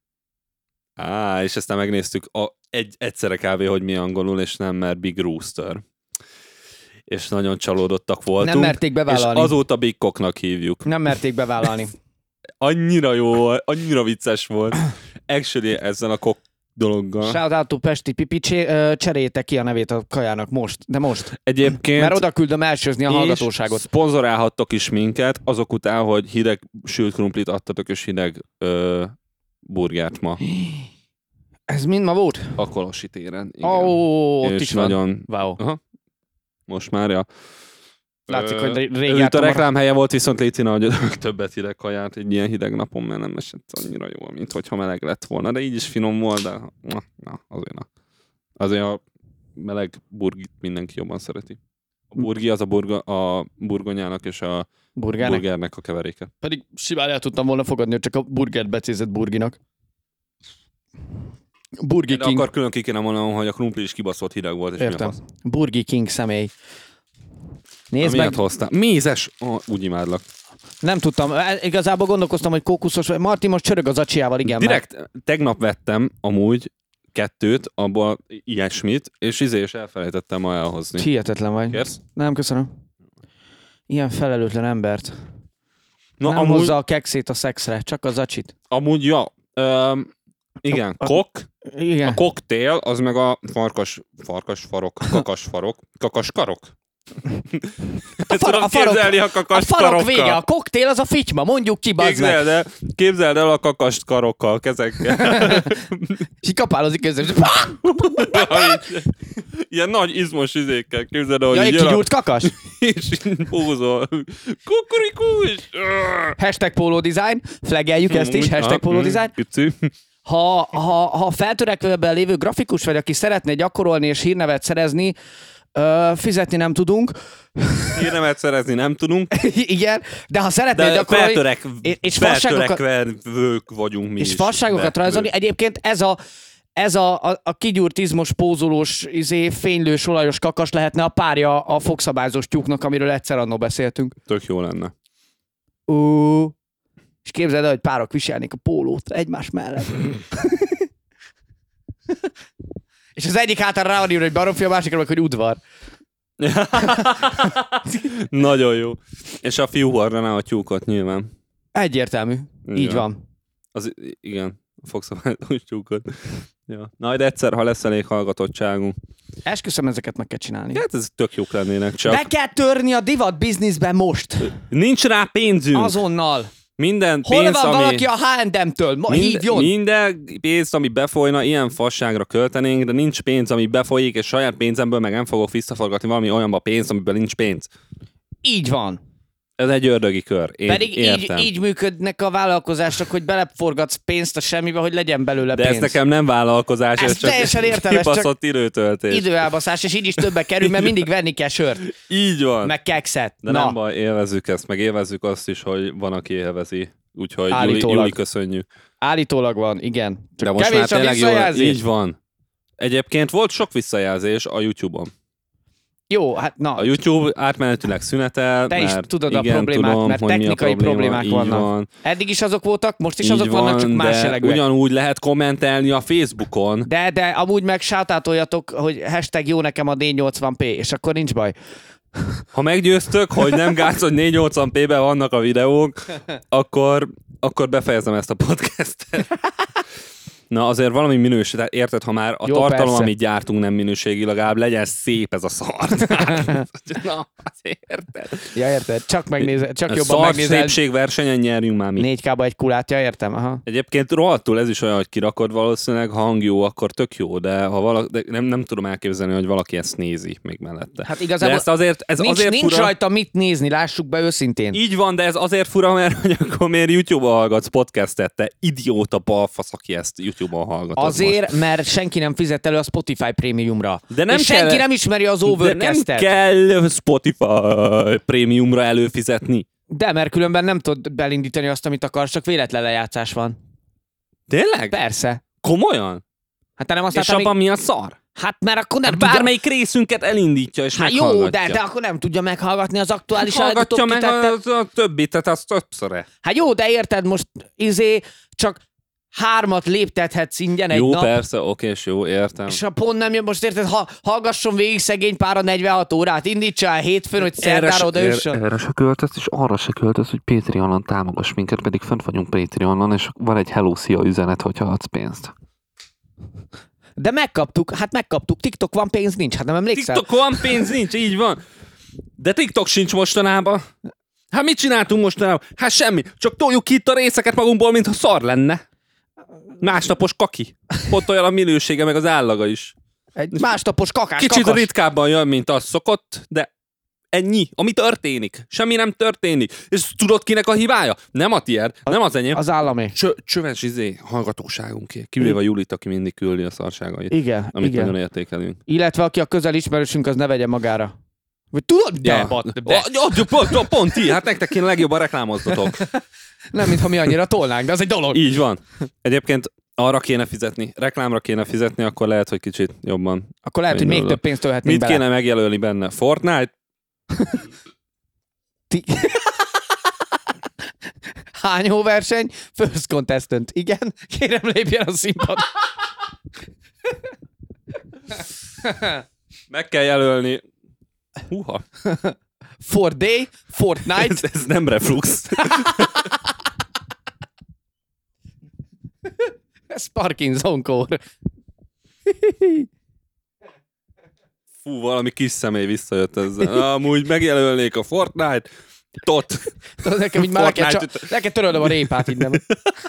á, és aztán megnéztük a, egy, egyszerre kávé, hogy mi angolul, és nem, mert Big Rooster. És nagyon csalódottak voltunk.
Nem merték
és
bevállalni.
azóta Big Cocknak hívjuk.
Nem merték bevállalni.
Annyira jó volt, annyira vicces volt. Actually ezzel a kok dologgal.
Shout out to Pesti Pipi, csé- ö, cseréljétek ki a nevét a kajának most, de most.
Egyébként
Mert oda küldöm elsőzni a
és
hallgatóságot.
szponzorálhattok is minket, azok után, hogy hideg sült krumplit adtatok, és hideg ö, burgert ma
Ez mind ma volt?
a Kolosi téren. Igen.
Ó, oh, ott
és
is van.
nagyon...
Wow.
Aha. Most már, ja.
Látszik,
Ö,
hogy rég
ő itt a
jártam.
reklámhelye volt, viszont Lécina, hogy többet hideg kaját egy ilyen hideg napon, mert nem esett annyira jól, mint hogyha meleg lett volna, de így is finom volt, de na, na, azért, na. azért a meleg burgit mindenki jobban szereti. A burgi az a, burga, a burgonyának és a
Burgernek?
burgernek a keveréke.
Pedig simán el tudtam volna fogadni, hogy csak a burgert becézett burginak. Burger
De
King.
akkor külön ki kéne mondanom, hogy a krumpli is kibaszott hideg volt, és
Értem.
mi a fasz.
Burger King személy. Nézd
Miért
meg,
hoztál? Mézes! Oh, úgy imádlak.
nem tudtam, igazából gondolkoztam, hogy kókuszos, vagy Marti most csörög az acsiával, igen.
Direkt mert... tegnap vettem amúgy kettőt, abból ilyesmit, és izé is elfelejtettem ma elhozni.
Hihetetlen vagy.
Kérsz?
Nem, köszönöm. Ilyen felelőtlen embert.
Na,
nem
amúgy,
hozza a kekszét a szexre, csak az acsit.
amúgy, ja. Öm, igen,
A- a-
kok,
Igen.
a koktél, az meg a farkas, farkas farok, kakas farok, kakas karok.
A, far,
Tudom
a, farok,
képzelni a
a
kakas
farok
karokkal.
vége, a koktél az a fityma, mondjuk ki, bazd meg.
Képzeld el, képzeld el a kakast karokkal, kezekkel.
És így kapálozik közben.
Ilyen nagy izmos izékkel, képzeld el, hogy
Ja,
így
egy
jön a-
kigyúrt kakas.
és így pózol. Kukurikus!
Hashtag polo design, flaggeljük ezt is,
Amúgy,
hashtag
ah,
polo
mm,
design.
Pici.
Ha, ha, ha feltörekvőben lévő grafikus vagy, aki szeretné gyakorolni és hírnevet szerezni, ö, fizetni nem tudunk.
Hírnevet szerezni nem tudunk,
Igen, de ha szeretnél
de
gyakorolni...
feltörek,
és- és fasságokat-
feltörekvők vagyunk mi
és
is.
fasságokat
De-
rajzolni. Egyébként ez a, ez a, a, a kigyúrt izmos, pózolós, izé, fénylős, olajos kakas lehetne a párja a fogszabályzós tyúknak, amiről egyszer annó beszéltünk.
Tök jó lenne.
Ó, és képzeld el, hogy párok viselnék a pólót egymás mellett. És az egyik hátán ráadni, hogy baromfi, a másikra meg, hogy udvar.
Nagyon jó. És a fiú hordaná a tyúkot nyilván.
Egyértelmű. Így
Igen.
van.
Az, igen, a fogszabályos tyúkot. Ja. Na, de egyszer, ha lesz elég hallgatottságunk.
Esküszöm, ezeket meg kell csinálni.
Hát ez tök jók lennének, csak
Be kell törni a divat bizniszben most.
nincs rá pénzünk.
Azonnal.
Minden
Hol
pénz,
van
ami...
valaki a há és em-től? Ma
Minden,
hívjon.
minden pénzt, ami befolyna, ilyen fasságra költenénk, de nincs pénz, ami befolyik, és saját pénzemből meg nem fogok visszaforgatni valami olyanba pénzt, amiből nincs pénz.
Így van.
Ez egy ördögi kör. Én
Pedig így,
értem.
így működnek a vállalkozások, hogy beleforgatsz pénzt a semmibe, hogy legyen belőle
de
pénz.
ez nekem nem vállalkozás,
Ez
ez csak
teljesen értem, ez csak
kibaszott időtöltés.
Időelbaszás, és így is többe kerül, mert mindig venni kell sört,
Így van.
meg kekszet.
De
Na,
nem baj, élvezzük ezt, meg élvezzük azt is, hogy van, aki élvezi. Úgyhogy Júli,
Állítólag.
Júli, köszönjük.
állítólag van, igen.
De most
kevés
már
a
tényleg jó,
visszajelzés.
így van. Egyébként volt sok visszajelzés a YouTube-on.
Jó, hát na,
A YouTube átmenetileg szünetel,
te is
mert
tudod a
igen,
problémát,
tudom,
mert
hogy mi a
technikai
probléma,
problémák
így
vannak.
Van.
eddig is azok voltak, most is
Így
azok
van,
vannak, csak más
de
jellegűek.
ugyanúgy lehet kommentelni a Facebookon.
De, de amúgy meg shoutátoljatok, hogy hashtag jó nekem a négy nyolcvan pé, és akkor nincs baj.
Ha meggyőztök, hogy nem gáz, hogy négyszáznyolcvan pé-ben vannak a videók, akkor, akkor befejezem ezt a podcastet. Na azért valami minőség, tehát érted, ha már a
Jó,
tartalom,
persze.
amit gyártunk nem minőségi, legalább legyen szép ez a szar. Na, azért érted.
Ja, érted? Csak megnézed, csak
A
jobban
szar
megnézel.
szépségversenyen nyerjünk már mi.
négy ká-ba egy kulát, ja, értem, aha.
Egyébként rohadtul ez is olyan, hogy kirakod valószínűleg, ha hang jó, akkor tök jó, de, ha valaki, de nem, nem tudom elképzelni, hogy valaki ezt nézi még mellette.
Hát
De
igazából
ezt azért, ez
nincs,
azért
nincs
fura.
rajta mit nézni, lássuk be őszintén.
Így van, de ez azért fura, mert hogy akkor miért YouTube-on hallgatsz podcastet, te idióta balfasz, aki ezt YouTube-on hallgatod.
Azért, mert senki nem fizet elő a Spotify prémiumra.
De nem
és
kell-
senki nem ismeri az
De nem
Overcast-et.
kell Spotify prémiumra előfizetni.
De mert különben nem tudod belindítani azt, amit akarsz, csak véletlen lejátszás van.
Tényleg?
Persze.
Komolyan?
Hát te nem azt
És
láttam,
abban
még...
mi a szar?
Hát mert akkor nem
Hát
tudja...
bármelyik részünket elindítja és
Hát jó,
meghallgatja.
de, de akkor nem tudja meghallgatni az aktuális
Hallgatja meg
legutóbb
a, a többit, tehát az többszöre.
Hát jó, de érted, most izé csak hármat léptethetsz ingyen egy
Jó,
nap,
persze, okés, jó, értem.
és ha pont nem jön, most érted, ha, hallgasson végig szegény pára negyvenhat órát, indítsa el hétfőn, hogy szerdára odaüssön.
Erre se költesz, és arra se költesz, hogy Patreonon támogass minket, pedig fönt vagyunk Patreonon, és van egy hello, szia üzenet, hogyha adsz pénzt.
De megkaptuk, hát megkaptuk, TikTok van, pénz nincs, hát nem emlékszel?
TikTokon pénz nincs, így van. De TikTok sincs mostanában. Hát mit csináltunk mostanában? Hát semmi, csak toljuk ki itt a részeket magunkból, mintha szar lenne. Másnapos kaki. Ott olyan a minősége, meg az állaga is.
Egy másnapos kakás
Kicsit
kakas.
ritkábban jön, mint az szokott, de ennyi, ami történik. Semmi nem történik. És tudod kinek a hibája? Nem a tiéd, nem az enyém.
Az állami.
Csö, csöves izé, hallgatóságunké. Kivéve a Julit, aki mindig küldi a szarságait.
Igen,
Amit
igen.
nagyon értékelünk.
Illetve aki a közel ismerősünk, az ne vegye magára. Vagy tudod? De,
Ja.
bat, de.
Oh, oh, pont, pont, pont ti, hát nektek kéne legjobban reklámoztatok.
Nem, mintha mi annyira tolnánk, de az egy dolog.
Így van. Egyébként Arra kéne fizetni, reklámra kéne fizetni, akkor lehet, hogy kicsit jobban.
Akkor lehet, hogy még több pénzt tölhetnénk
Mit
bele.
kéne megjelölni benne? Fortnite?
Ti... Hányó verseny? First contestant. Igen? Kérem, lépjen a színpadra.
Meg kell jelölni. Húha.
For day, Fortnite.
Ez, ez nem reflux.
Ez Parkinson-kór.
Fú, valami kis személy visszajött ezzel. Amúgy megjelölnék a Fortnite. Tot.
Tudod, nekem így már le kell, csa- le kell törölnöm a répát innen.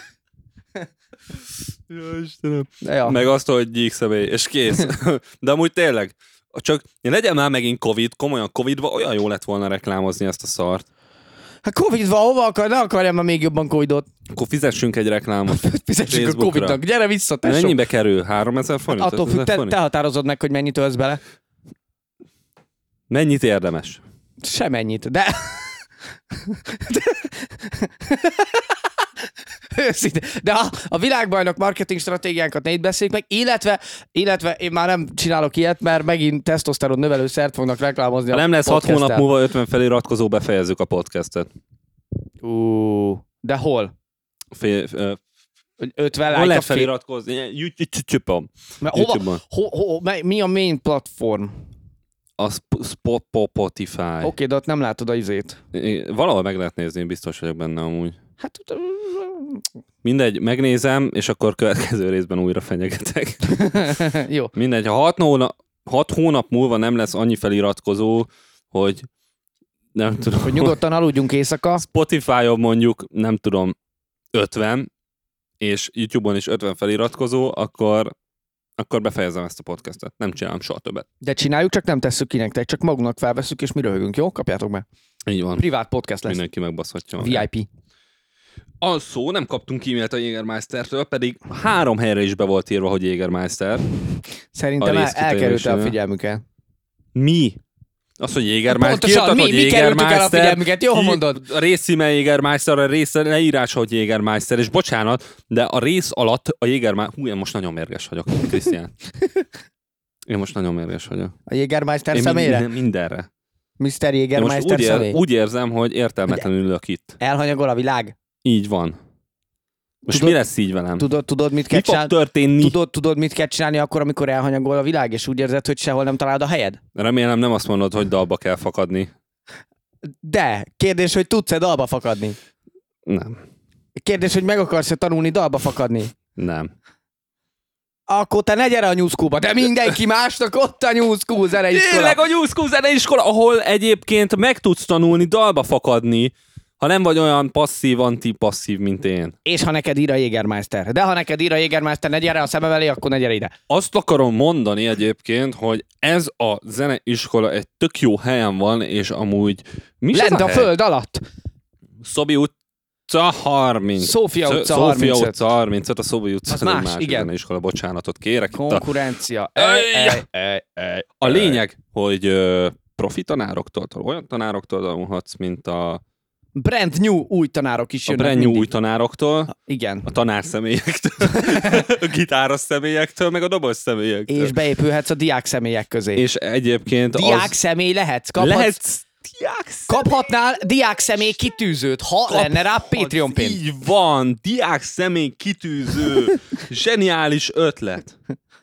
Ja, Istenem.
Ja.
Meg azt, hogy gyík személy, és kész. De amúgy tényleg, csak legyen már megint Covid, komolyan Covidba olyan jó lett volna reklámozni ezt a szart.
Hát Covid-ba hova akar, ne akarjam már még jobban Covidot.
Akkor fizessünk egy reklámot.
Fizessük a Covidnak. Gyere vissza, tesó.
Mennyibe kerül? háromezer forint?
Attól függ, te, te határozod meg, hogy mennyit ölsz bele.
Mennyit érdemes?
Semennyit, de... de... Őszinte. De a, a világbajnok marketing stratégiánkat ne itt beszéljük meg, illetve, illetve én már nem csinálok ilyet, mert megint tesztoszteron növelőszert fognak reklámozni.
Ha nem lesz hat hónap múlva ötven feliratkozó, befejezzük a podcastet.
Ú, de hol?
Fél, uh,
ötven
hol
like
lehet
a fél...
feliratkozni? YouTube-on.
Hova, ho, ho, mi a main platform?
A Spotify.
Oké, okay, de ott nem látod a izét.
Valahol meg lehet nézni, biztos vagyok benne amúgy.
Hát...
Mindegy, megnézem, és akkor következő részben újra fenyegetek.
Jó.
Mindegy, ha hat hónap, hat hónap múlva nem lesz annyi feliratkozó, hogy nem tudom.
Hogy nyugodtan aludjunk éjszaka.
Spotify-on mondjuk, nem tudom, ötven, és YouTube-on is ötven feliratkozó, akkor, akkor befejezem ezt a podcastet. Nem csinálom soha többet.
De csináljuk, csak nem tesszük ki nektek, csak magunknak felveszünk, és mi röhögünk, jó? Kapjátok be.
Így van.
Privát podcast lesz.
Mindenki megbaszhatja.
vé i pé.
Az szó, nem kaptunk e-mailt a Jägermeistertől, pedig három helyre is be volt írva, hogy Jägermeister.
Szerintem el, elkerülte a figyelmüket.
Mi? Az, hogy Jägermeister.
Pontosan, mi, mi kerültük el a figyelmüket, jó, mondod?
A részíme Jägermeister, a rész leírás, hogy Jägermeister, és bocsánat, de a rész alatt a Jägermeister... Hú, én most nagyon mérges vagyok, Krisztián. Én most nagyon mérges vagyok.
A Jägermeister
én
személyre?
Minden, mindenre.
miszter Jägermeister
úgy,
személy?
ér, úgy érzem, hogy értelmetlenül ülök itt.
Elhanyagol a világ?
Így van. Most
tudod,
mi lesz így velem?
Tudod, tudod mit kell
mi fog
csinálni?
történni?
Tudod, tudod, mit kell csinálni akkor, amikor elhanyagol a világ, és úgy érzed, hogy sehol nem találod a helyed?
Remélem nem azt mondod, hogy dalba kell fakadni.
De, kérdés, hogy tudsz-e dalba fakadni?
Nem.
Kérdés, hogy meg akarsz-e tanulni dalba fakadni?
Nem.
Akkor te ne gyere a New School-ba, de mindenki másnak ott a New School zeneiskola.
Tényleg a New School zeneiskola, ahol egyébként meg tudsz tanulni dalba fakadni, ha nem vagy olyan passzív, antipasszív, mint én.
És ha neked ír a Jägermeister. De ha neked ír a Jägermeister, ne gyere a szemem elé, akkor ne gyere ide.
Azt akarom mondani egyébként, hogy ez a zeneiskola egy tök jó helyen van, és amúgy... Mi
Lent
a,
a
hely?
föld alatt.
Szobi utca harminc.
Szófia utca
Szófia
harmincöt.
utca harmincöt, a Szobi utca
Az
az
más,
más
igen.
zeneiskola, bocsánatot kérek. Itt a,
Konkurencia.
Ej,
Ej, ej, ej,
a
ej.
lényeg, hogy ö, profi tanároktól, olyan tanároktól tanulhatsz, mint a,
Brand new új tanárok is
a
jönnek
brand new új
mindig.
tanároktól,
Igen.
a tanárszemélyektől, a gitáros személyektől, meg a doboz személyektől.
És beépülhetsz a diák személyek közé.
És egyébként
diák
az...
személy lehetsz. Kaphatsz,
Lehetsz diák személy.
kaphatnál diák személy kitűzőt, ha
Kaphatsz,
lenne rá Patreon pénz.
Így van, diák személy kitűző, zseniális ötlet.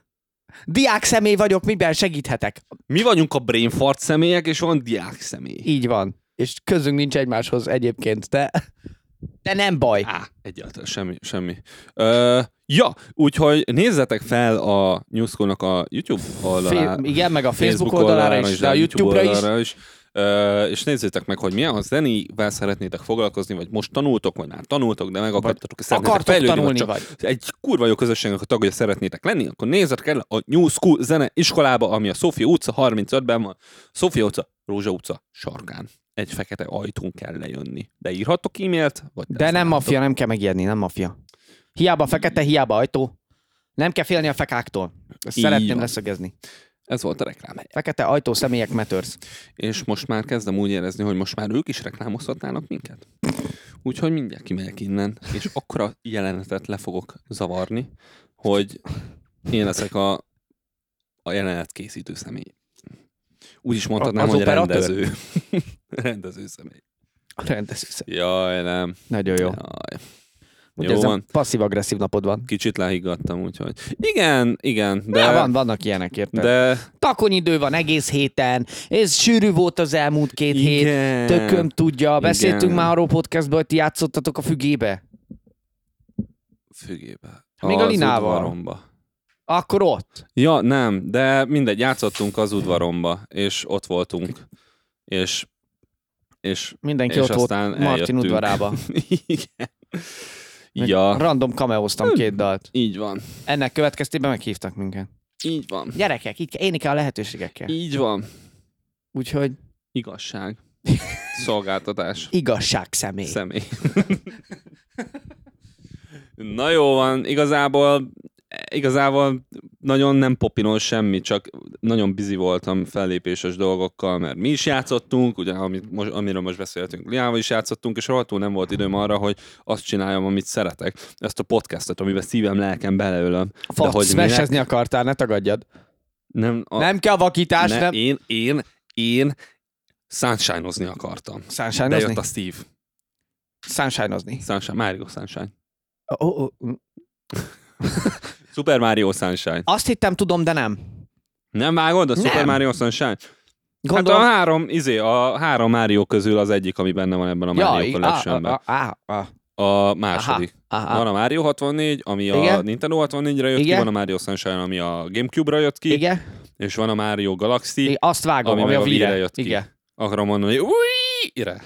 Diák személy vagyok, miben segíthetek?
Mi vagyunk a brain fart személyek, és van diák személy.
Így van. És közünk nincs egymáshoz egyébként, de, de nem baj.
Á, egyáltalán semmi, semmi. Ö, ja, úgyhogy nézzetek fel a New School-nak a YouTube oldalá,
Fé- igen, meg a Facebook, Facebook oldalára is, de a YouTube-ra is.
oldalra is. Ö, és nézzétek meg, hogy milyen, ha zenével szeretnétek foglalkozni, vagy most tanultok, vagy már tanultok, de meg akartatok,
akartok
fejlődni,
tanulni,
vagy,
vagy.
csak egy kurva jó közösségnek a tagja szeretnétek lenni, akkor nézzetek el a New School zene iskolába, ami a Szófia utca harmincötben van. Szófia utca, Rózsa utca sarkán. Egy fekete ajtón kell lejönni. De írhattok e-mailt? Vagy
De nem maffia, nem kell megijedni, nem maffia. Hiába fekete, hiába ajtó. Nem kell félni a fekáktól. Ezt
Így
szeretném
van.
leszögezni.
Ez volt a reklámhely.
Fekete ajtó személyek Matters.
És most már kezdem úgy érezni, hogy most már ők is reklámozhatnának minket. Úgyhogy mindjárt kimegyek innen, és akkora jelenetet le fogok zavarni, hogy én leszek a, a jelenet készítő személy. Úgy is mondhatnám,
Az
hogy
operatőr?
rendező. rendező személy.
Rendező személy.
Jaj, nem.
Nagyon jó.
Jaj.
Ugye
Jó
ez
van.
a passzív-agresszív napod van.
Kicsit lehiggadtam, úgyhogy. Igen, igen, de...
De van, vannak ilyenek, érted?
de
Takonyidő van egész héten, ez sűrű volt az elmúlt két hét,
igen.
tököm tudja. Beszéltünk
Igen.
már arról podcastban, hogy ti játszottatok a fügébe.
Fügébe.
Még a
Az
Linával.
udvaromba.
Akkor ott.
Ja, nem, de mindegy, játszottunk az udvaromba, és ott voltunk, és, és,
Mindenki
és
ott volt
aztán
Martin
eljöttünk.
udvarába.
Igen.
Meg
Ja,
Random cameóztam két dalt.
így van,
Ennek következtében meghívtak minket.
így van,
Gyerekek, így élni kell a lehetőségekkel.
így van.
Úgyhogy
Igazság. Szolgáltatás.
igazság személy.
Személy. Na jó van, igazából igazából nagyon nem popinos semmi, csak nagyon busy voltam fellépéses dolgokkal, mert mi is játszottunk, ugye, amit most, amiről most beszéltünk, Liával is játszottunk, és rohadtul nem volt időm arra, hogy azt csináljam, amit szeretek. Ezt a podcastot, amiben szívem, lelkem beleölöm.
Fasz,
hogy minek-
smashezni akartál, ne tagadjad.
Nem, a,
Nem kell vakítás,
ne,
nem.
Én, én, én sunshine-ozni akartam. De
Sunshine-ozni?
jött a Steve.
Sunshine-ozni.
Sunshine, Mario Sunshine.
Oh, oh, oh.
Super Mario Sunshine.
Azt hittem, tudom, de nem.
Nem vágod a
Nem.
Super Mario Sunshine?
Gondolom.
Hát a három, izé, a három Mario közül az egyik, ami benne van ebben a Mario
ig-
Collection-ben.
ah, ah, ah,
A második.
aha.
Van a Mario hatvannégy, ami a
Igen.
Nintendo hatvannégyre jött
Igen.
ki, van a Mario Sunshine, ami a Gamecube-ra jött ki,
Igen?
és van a Mario Galaxy,
Igen, azt vágom,
ami
ami,
meg
a
a Wii-re
Wii-re
jött ki.
Igen.
akarom mondani, hogy Wii-re.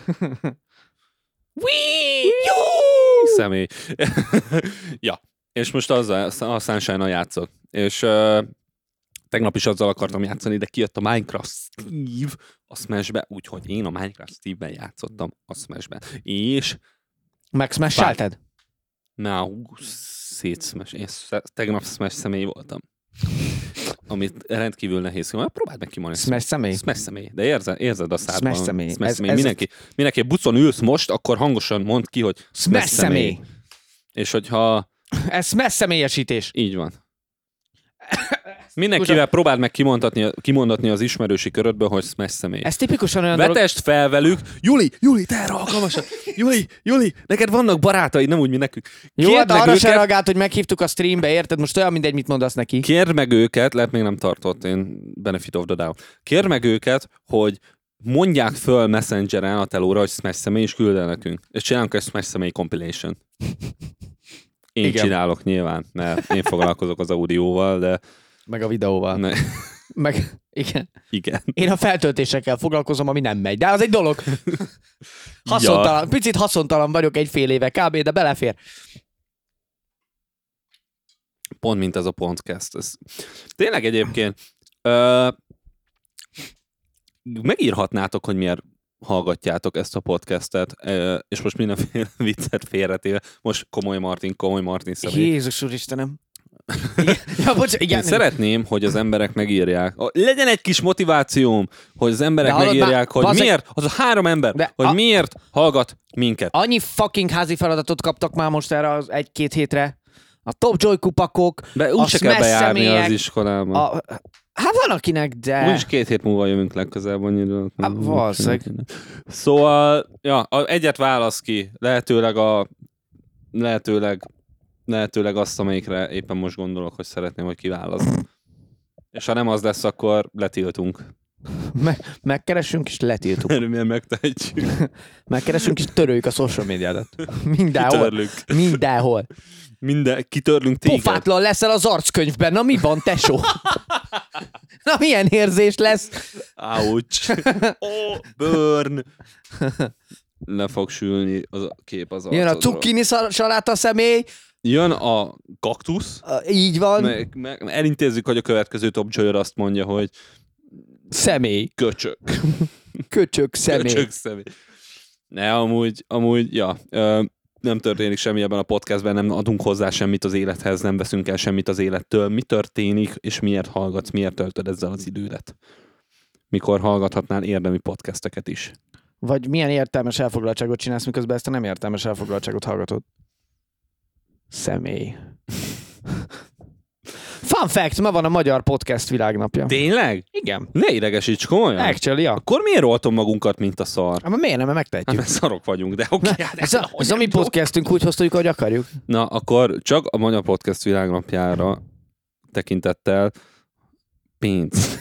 Wii!
Személy. Ja, és most azzal, a Sunshine-nal játszok. És uh, tegnap is azzal akartam játszani, de kijött a Minecraft Steve a Smash-be, úgyhogy én a Minecraft Steve-ben játszottam a Smash-be. És
Meg smash-elted?
na, szét Smash. Én sz- tegnap Smash személy voltam. Amit rendkívül nehéz. Majd próbáld meg kimondani.
Smash személy?
Smash személy. De érzed, érzed a szádban.
Smash személy.
Smash
Ez-
személy.
ez-
Mindenki, mindenki bucon ülsz most, akkor hangosan mondd ki, hogy
Smash személy!
És hogyha
Ez smash személyesítés.
így van. Mindenkivel próbáld meg kimondatni, kimondatni az ismerősi körödből, hogy Smash személy.
Ez tipikusan olyan dolog...
Vetest fel velük. Juli, Juli, te erre alkalmasan. Juli, Juli, neked vannak barátaid, nem úgy, mint nekünk.
Jó,
Kérd
hát
meg
arra se
őket-
reagált, hogy meghívtuk a streambe, érted? Most olyan mindegy, mit mondasz neki.
Kérd meg őket, lehet még nem tartott, én benefit of the doubt. Kérd meg őket, hogy mondják föl Messengeren a telóra, hogy Smash személy, és küld el nekünk. És csinálunk egy Smash személy compilation. Én
Igen.
csinálok nyilván, mert én foglalkozok az audióval, de
Meg a videóval.
ne,
Meg, igen.
igen.
Én a feltöltésekkel foglalkozom, ami nem megy. De az egy dolog. Haszontalan. Picit haszontalan vagyok egy fél éve kb, de belefér.
Pont mint ez a podcast. Ez... Tényleg egyébként ö... megírhatnátok, hogy miért hallgatjátok ezt a podcastet, ö, és most mindenféle viccet félretéve. Most komoly Martin, komoly Martin személy.
Jézus úristenem. Igen. Ja, bocs, igen.
Én szeretném, hogy az emberek megírják. Legyen egy kis motivációm, hogy az emberek
De hallod,
megírják,
már-
hogy
bazzeg-
miért, az a három ember,
De
hogy
a-
miért hallgat minket.
Annyi fucking házi feladatot kaptak már most erre az egy-két hétre. A Top Joy kupakok,
De
a
úgy se kell
Smash
bejárni
személyek,
az iskolába.
a... Hát van akinek, de...
Úgyis két hét múlva jövünk legközelebb annyira.
Hát, valószínűleg.
Szóval, ja, a- egyet válasz ki, lehetőleg a lehetőleg, lehetőleg azt, amelyikre éppen most gondolok, hogy szeretném, hogy kiválasz. És ha nem az lesz, akkor letiltunk.
Me- megkeresünk és letiltunk.
Milyen megtehetjük.
Megkeresünk és töröljük a social médiádat. Mindenhol.
Kitörlünk.
Mindenhol.
Minden, kitörlünk téged.
Pofátlan leszel az arckönyvben. Na mi van, tesó? Na milyen érzés lesz?
Ouch. Oh, burn. Le fog sülni az a kép az
Jön a
arcodról.
cukkini szar- saláta személy.
Jön a kaktusz.
A- Így van.
Meg, meg, elintézzük, hogy a következő Top Joyer azt mondja, hogy
Személy.
köcsök.
Köcsök személy.
Köcsök személy. Ne, amúgy, amúgy, ja. Ö, nem történik semmi ebben a podcastben, nem adunk hozzá semmit az élethez, nem veszünk el semmit az élettől. Mi történik, és miért hallgatsz, miért töltöd ezzel az idődet? Mikor hallgathatnál érdemi podcasteket is?
Vagy milyen értelmes elfoglaltságot csinálsz, miközben ezt a nem értelmes elfoglaltságot hallgatod? Személy. Fun fact, ma van a Magyar Podcast Világnapja.
Tényleg?
Igen.
Ne idegesíts komolyan.
Actually, ja.
Akkor miért roltom magunkat, mint a szar?
Hát miért nem, mert megtehetjük.
Hát, mert szarok vagyunk, de oké. Okay,
Ez a, ez a mi podcastünk, úgy hoztuk, ahogy akarjuk.
Na, akkor csak a Magyar Podcast Világnapjára tekintettel pénz.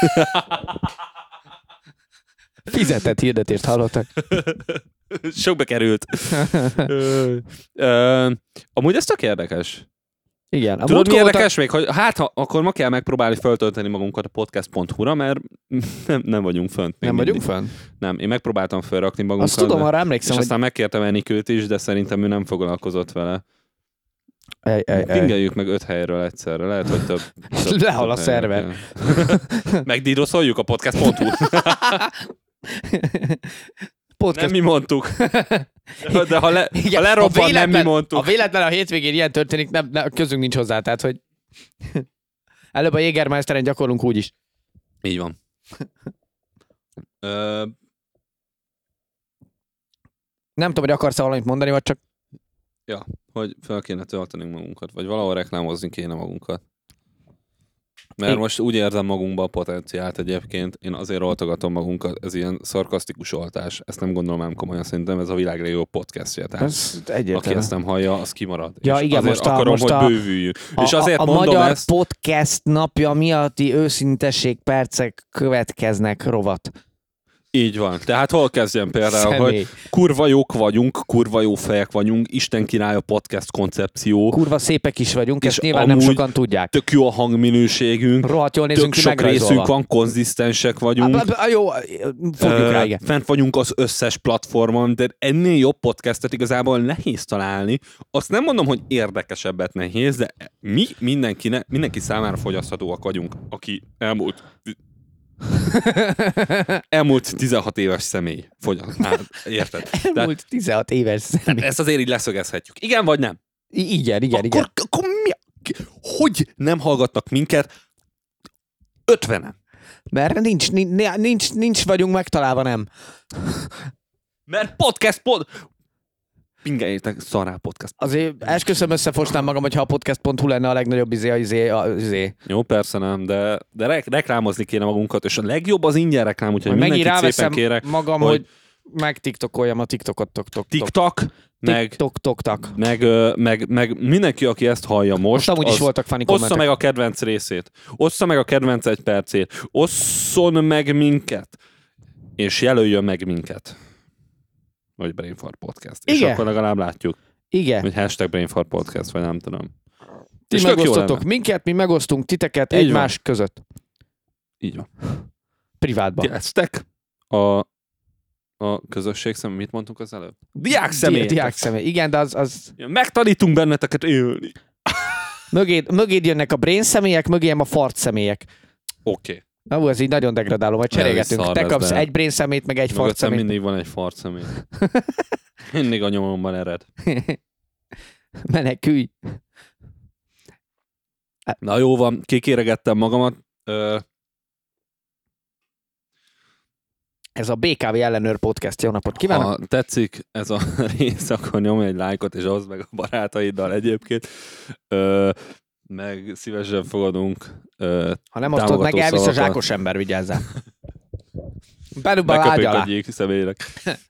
Fizetett hirdetést hallottak.
Sokba került. Ö, ö, amúgy ez tök érdekes.
Igen. A
Tudod, mi
múltkor
érdekes még? Hogy, hát, ha, akkor ma kell megpróbálni feltölteni magunkat a podcast pont hu-ra, mert nem, nem vagyunk fönt.
Nem
mindig.
vagyunk fönn?
Nem, én megpróbáltam felrakni magunkat.
Azt tudom,
de,
arra emlékszem,
és
hogy...
aztán megkértem Enikőt is, de szerintem ő nem foglalkozott vele.
Ej, ej, ej.
Pingeljük meg öt helyről egyszerre. Lehet, hogy több... több
Lehal
több
a szerver.
Megdíroszoljuk a podcast pont hu.
Podcast.
Nem mi mondtuk. De ha, le,
Igen,
ha lerobban,
véletlen,
nem mi mondtuk.
Ha véletlen a hétvégén ilyen történik, nem, nem, közünk nincs hozzá, tehát hogy előbb a Jägermeisteren gyakorlunk úgyis.
Így van. Ö,
Nem tudom, hogy akarsz valamit mondani, vagy csak...
ja, hogy fel kéne töltenünk magunkat, vagy valahol reklámozni kéne magunkat. Mert
Én...
most úgy érzem magunkba a potenciált egyébként, én azért oltogatom magunkat, ez ilyen szarkasztikus oltás, ezt nem gondolom ám komolyan, szerintem ez a világ legjobb podcastja, tehát
Ez egyértelmű.
aki ezt nem hallja, az kimarad.
Ja,
és
igen,
azért
most a-
akarom,
most
hogy
a-
bővüljünk.
A,
és azért
a, a
mondom
Magyar
ezt,
Podcast napja miatti őszintesség percek következnek rovat.
így van. Tehát hol kezdjem például,
Személy.
hogy kurva jók vagyunk, kurva jó fejek vagyunk, Isten király a podcast koncepció,
Kurva szépek is vagyunk,
És
ezt nyilván nem
amúgy
sokan tudják.
tök jó a hangminőségünk,
Rohadt jól
tök
nézünk ki
sok
megrajzolva.
részünk van, konzisztensek vagyunk.
Á, á, Jó, fogjuk rá, igen.
Fent vagyunk az összes platformon, de ennél jobb podcastet igazából nehéz találni. Azt nem mondom, hogy érdekesebbet nehéz, de mi mindenkinek, mindenki számára fogyaszthatóak vagyunk, aki elmúlt elmúlt tizenhat éves személy. Fogyaszt. Á, érted?
Elmúlt tizenhat éves személy.
Ezt azért így leszögezhetjük. Igen vagy nem?
I- Igen, igen, igen.
Akkor, akkor mi? Hogy nem hallgatnak minket ötvenen?
Mert nincs, nincs, nincs, nincs vagyunk megtalálva, nem.
Mert podcast pod... Pingeljétek, szarrá podcast.
Azért esküszöm összefosnám magam, hogyha a podcast pont hu lenne a legnagyobb izé, a izé, a izé.
Jó, persze nem, de, de rek- reklámozni kéne magunkat, és a legjobb az ingyen reklám, úgyhogy
Megint
mindenkit szépen
ráveszem
kérek.
magam,
hogy-
hogy, hogy megtiktokoljam a TikTokot. Tok, tok, tok.
TikTok, meg,
TikTok, tok, tok.
meg, ö, meg, meg mindenki, aki ezt hallja most,
Most amúgy is
az
voltak funny
ossza
kommentek.
meg a kedvenc részét, ossza meg a kedvenc egy percét, osszon meg minket, és jelöljön meg minket. Vagy Brainfart Podcast. És
Igen.
akkor legalább látjuk,
Igen.
hogy hashtag Brainfart Podcast, vagy nem tudom.
Ti
És tök jó
megosztotok
lenne.
minket, mi megosztunk titeket
Így
egymás között.
Így van.
Privátban.
Ti eztek a, a közösség személy, mit mondtunk az előbb? Diák személy.
Di- Diák személy. Igen, de az, az
Megtanítunk benneteket élni.
mögéd, mögéd jönnek a brain személyek, mögém a fart személyek.
Oké. Okay.
Na, ez így nagyon degradáló, majd cserélgetünk.
szar
Te
lesz,
kapsz
de-
egy brain szemét, meg egy fart
Mögöttem
szemét.
mindig van egy fart személy. Mindig a nyomomban ered.
Menekülj.
Na jó van, kikéregettem magamat. Ö,
Ez a bé ká vé ellenőr podcast. Jó napot kívánok!
ha tetszik ez a rész, akkor nyomj egy lájkot, és hozd meg a barátaiddal egyébként. Ö, meg szívesen fogadunk. Ö,
Ha nem osztod meg,
támogató
elvisz a
szavakat.
zsákos ember, vigyázzál. Belül a
Megkapjuk
ágy
a
alá.
gyékszemélynek.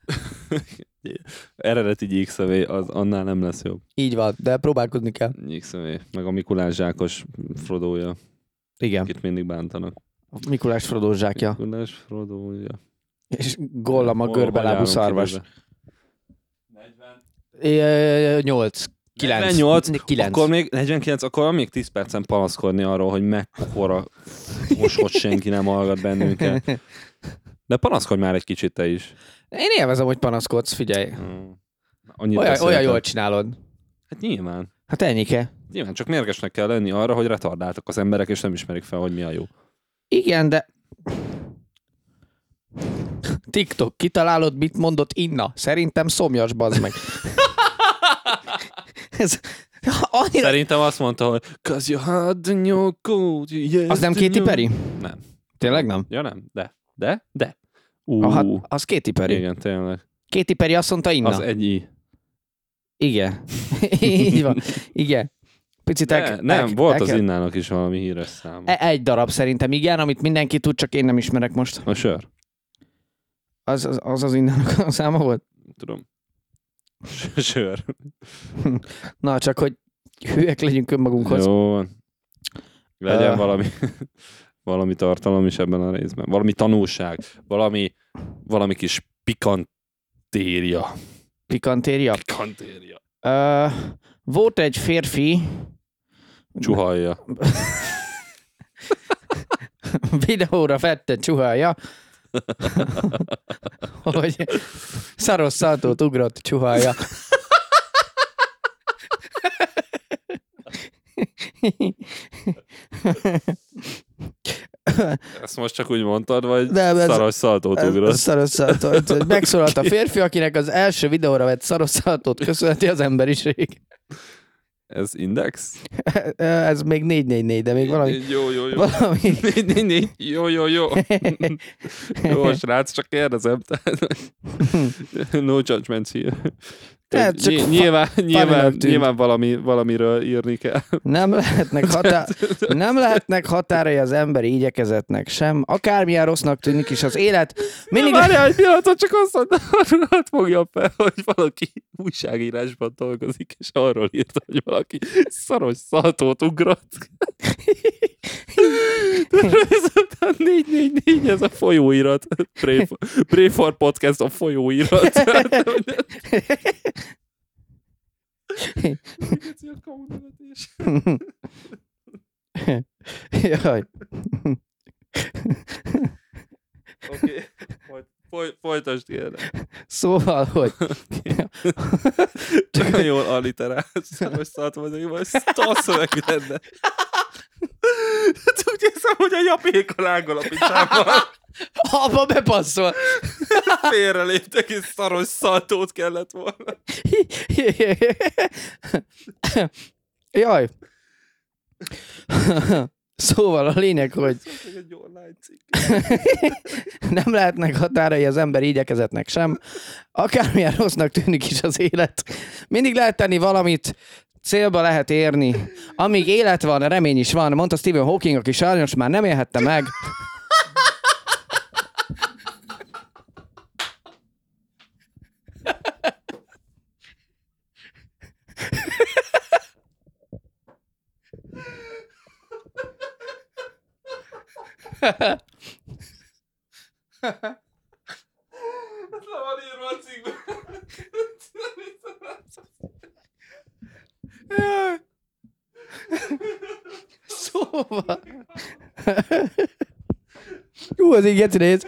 Eredeti gyékszemély, az annál nem lesz jobb.
Így van, de próbálkozni kell.
Gyékszemély. Meg a Mikulás zsákos Frodója,
Igen.
akit mindig bántanak.
A Mikulás Frodó zsákja.
Mikulás Frodója.
És Gollam a
Hol-
görbelábú
hol járunk
szarvas.
ki belőle?
Ö, Nyolc. Kilenc.
negyvennyolc,
Kilenc.
akkor még negyvenkilenc, akkor még tíz percen panaszkodni arról, hogy mekkora most, hogy senki nem hallgat bennünket. De panaszkodj már egy kicsit te is.
Én élvezem, hogy panaszkodsz, figyelj.
Hmm. Annyit
Olyan,
beszéltem.
olyan jól csinálod.
Hát nyilván.
Hát ennyike.
Nyilván csak mérgesnek kell lenni arra, hogy retardáltak az emberek, és nem ismerik fel, hogy mi a jó.
Igen, de... TikTok, kitalálod, mit mondott Inna? Szerintem szomjas, bazd meg. Ez annyira...
Szerintem azt mondta, hogy cause you had the new code, yes,
Az nem Katy Perry?
Nem.
Tényleg nem?
Ja nem, de. De? De. Uh,
Aha, az Katy Perry.
igen, tényleg.
Katy Perry azt mondta Inna.
Az egy i.
Igen. Így van. Igen. Picit
Ne,
el,
nem,
el,
volt
el,
az
el,
Innának is valami híres szám.
Egy darab szerintem, igen, amit mindenki tud, csak én nem ismerek most.
A sör.
Az az, az, az Innának a száma volt?
Tudom. Sör.
Na, csak hogy hülyek legyünk önmagunkhoz.
Jó van. Legyen
Uh.
valami, valami tartalom is ebben a részben. Valami tanulság. Valami, valami kis pikantéria.
Pikantéria.
Pikantéria.
Uh, volt egy férfi,
Csuhalja.
videóra vette csuhalja, hogy szaros szaltót ugrott csuhalja.
Ezt most csak úgy mondtad, vagy
Nem, ez-
szaros szaltót ugrott?
Szaros szaltót. Megszólalt a férfi, akinek az első videóra vett szaros szaltót köszönheti az emberiség.
Ez index?
Ez még négy négy négy, de még valami...
Jó, jó, jó.
valami...
Négy, négy, négy. Jó, jó, jó. Jó, srác, csak kérdezem. No judgments here.
Tehát csak
Ny- nyilván, nyilván,
tűnt.
nyilván valami, valamiről írni kell.
Nem lehetnek, hatá... nem lehetnek határai az emberi igyekezetnek sem. Akármilyen rossznak tűnik is az élet. Mindig
Mindig várjál egy pillanatot, csak azt mondta, hogy fogja fel, hogy valaki újságírásban dolgozik, és arról írta, hogy valaki szaros szaltót ugrott. négy négy négy, ez a folyóirat. Pray for, Pray for Podcast a folyóirat.
Jaj.
Oké, okay. Foly, folytasd ilyen.
Szóval, hogy...
Csak jól alliterálsz, szaros szaltó vagyok, vagy szaveg lenne. Úgy érzem, hogy a japék a lángalapicsával.
Abba bepasszol.
Félre léptek, és szaros szaltót kellett volna.
Jaj. Szóval a lényeg, hogy nem lehetnek határai az ember igyekezetnek sem. Akármilyen rossznak tűnik is az élet. Mindig lehet tenni valamit, célba lehet érni. Amíg élet van, remény is van, mondta Stephen Hawking, aki sajnos már nem élhette meg.
Ez le van írva a cikkben.
Szóval... Jó, az így geci nehéz.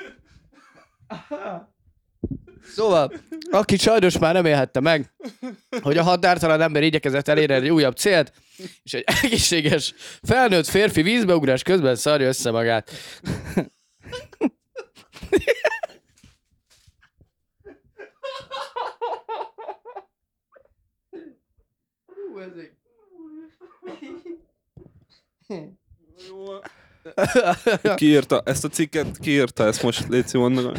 Szóval, aki sajnos már nem élhette meg, hogy a határtalan ember igyekezett elérni egy újabb célt, és egy egészséges, felnőtt férfi vízbeugrás közben szarja össze magát.
Ki írta? Ezt a cikket ki írta? Ezt most légy mondanak.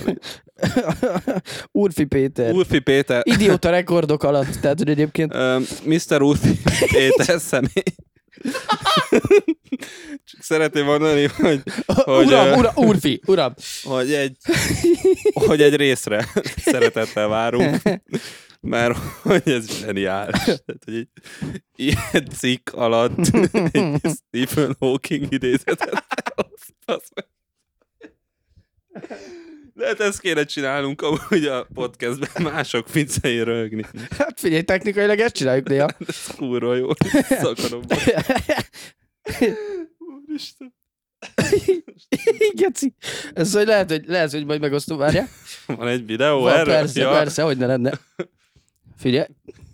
Urfi Péter.
Urfi Péter.
Idióta rekordok alatt, tehát hogy egyébként...
Um, miszter Urfi Péter személy. Csak szeretném mondani, hogy... hogy
uram,
uh,
uram, Urfi, uram.
Hogy egy, hogy egy részre szeretettel várunk. Mert hogy ez zseniális. Tehát, hogy egy ilyen cikk alatt egy Stephen Hawking idézetet elhoztasz meg. Lehet ezt kéne csinálnunk amúgy a podcastben mások viccei röhögni.
Hát figyelj, technikailag ezt csináljuk néha.
Ez kurva jó. Szakarom. Úristen.
Geci. Ez hogy lehet, hogy, lehet, hogy majd megosztom, várjál.
Van egy videó
Van,
erről?
persze, ja. persze, hogy ne lenne. Figyelj.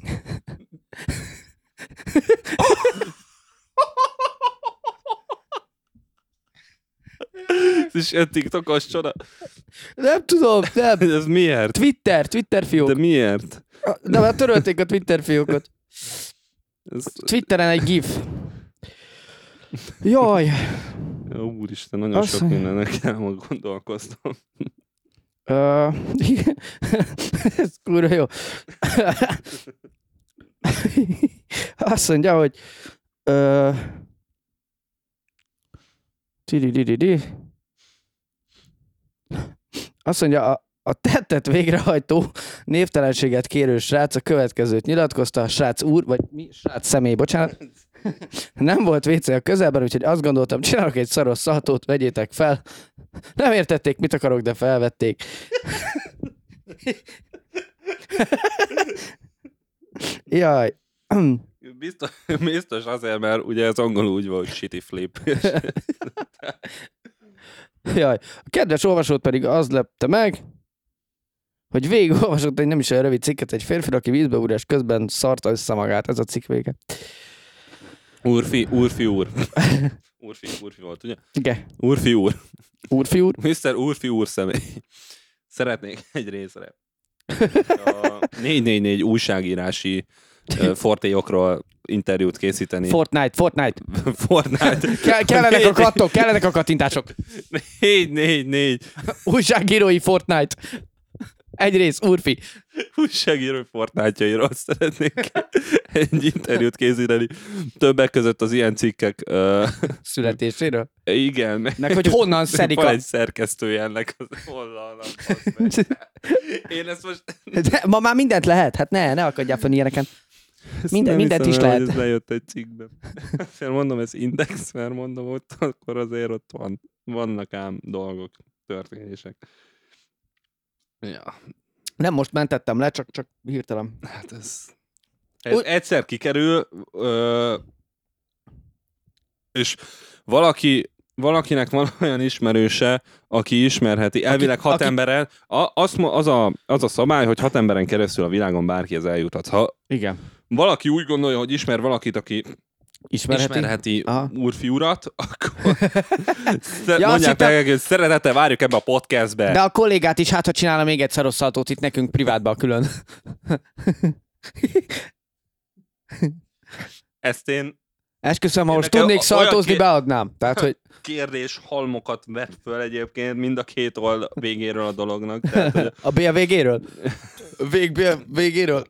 Ez is egy TikTokos csoda.
Nem tudom, nem.
Ez miért?
Twitter, Twitter fiók.
De miért?
De már törölték a Twitter fiókot.
Ez...
Twitteren egy gif. Jaj.
Ja, úristen, nagyon
Azt
sok mindennek kell, ma gondolkoztam.
Uh, ez kurva jó. Azt mondja, hogy uh, azt mondja, a, a tettet végrehajtó névtelenséget kérő srác a következőt nyilatkozta, a srác úr, vagy mi? Srác személy, bocsánat. Nem volt vé cé a közelben, úgyhogy azt gondoltam, csinálok egy szaros szaltót, vegyétek fel. Nem értették, mit akarok, de felvették. Jaj.
Biztos, biztos azért, mert ugye az angolul úgy van, hogy shitty flip.
Jaj. A kedves olvasót pedig az lepte meg, hogy végig olvasott egy nem is olyan rövid cikket egy férfi, aki vízbe ugrás közben szarta össze magát. Ez a cikk vége.
Úrfi, úrfi úr. Úrfi, úrfi volt, ugye?
Igen.
Úrfi úr.
Úrfi úr.
miszter Úrfi úr személy. Szeretnék egy részre. A négy négy négy újságírási uh, fortéjokról interjút készíteni.
Fortnite, Fortnite.
Fortnite.
Ke- kellenek a kattok, kellenek a kattintások.
négy négy négy.
Újságírói Fortnite. Egy rész, Úrfi.
Újságíró Fortnite-jairól szeretnék egy interjút készíteni. Többek között az ilyen cikkek... Uh,
Születéséről?
igen. Meg,
meg hogy honnan szedik
van
a...
egy szerkesztője ennek az oldalnak. Én ezt most...
De ma már mindent lehet, hát ne, ne akadjál fel ilyeneken. Minden, mindent is
el,
lehet.
Hogy ez lejött egy cikkbe. Azért mondom, ez index, mert mondom ott, akkor azért ott van, vannak ám dolgok, történések. Ja.
Nem most mentettem le, csak, csak hirtelen.
Hát ez... ez Úgy... egyszer kikerül, ö, és valaki, valakinek van olyan ismerőse, aki ismerheti, elvileg aki, hat aki... emberrel, a, az, az, a, az a szabály, hogy hat emberen keresztül a világon bárkihez eljuthat. Ha
igen.
Valaki úgy gondolja, hogy ismer valakit, aki
ismerheti,
ismerheti úrfi urat, akkor szer-
ja,
mondják
hittem...
meg, hogy szeretettel várjuk ebbe a podcastbe.
De a kollégát is, hát ha csinálna még egy szaros szaltót itt nekünk privátban külön.
Ezt én...
Esküszöm, ha most tudnék szaltózni, ké... beadnám. Tehát, hogy...
Kérdés halmokat vett föl egyébként mind a két oldal végéről a dolognak. Tehát, hogy...
A B a végéről? Vég B a végéről?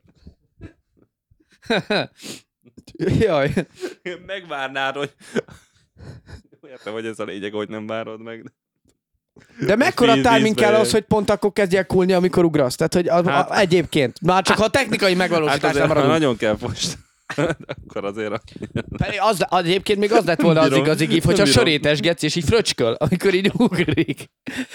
Jaj.
Megvárnád, hogy... Értem, hogy ez a lényeg, hogy nem várod meg.
De mekkora timing kell az, hogy pont akkor kezdjél kulni, amikor ugrasz? Tehát, hogy a, hát, a, egyébként. Már csak ha a technikai megvalósítás
hát
nem maradunk.
nagyon kell most. Akkor azért... A...
Pedig az, az, egyébként még az lett volna az igazi gif, hogyha sörétes geci, és így fröcsköl, amikor így ugrik.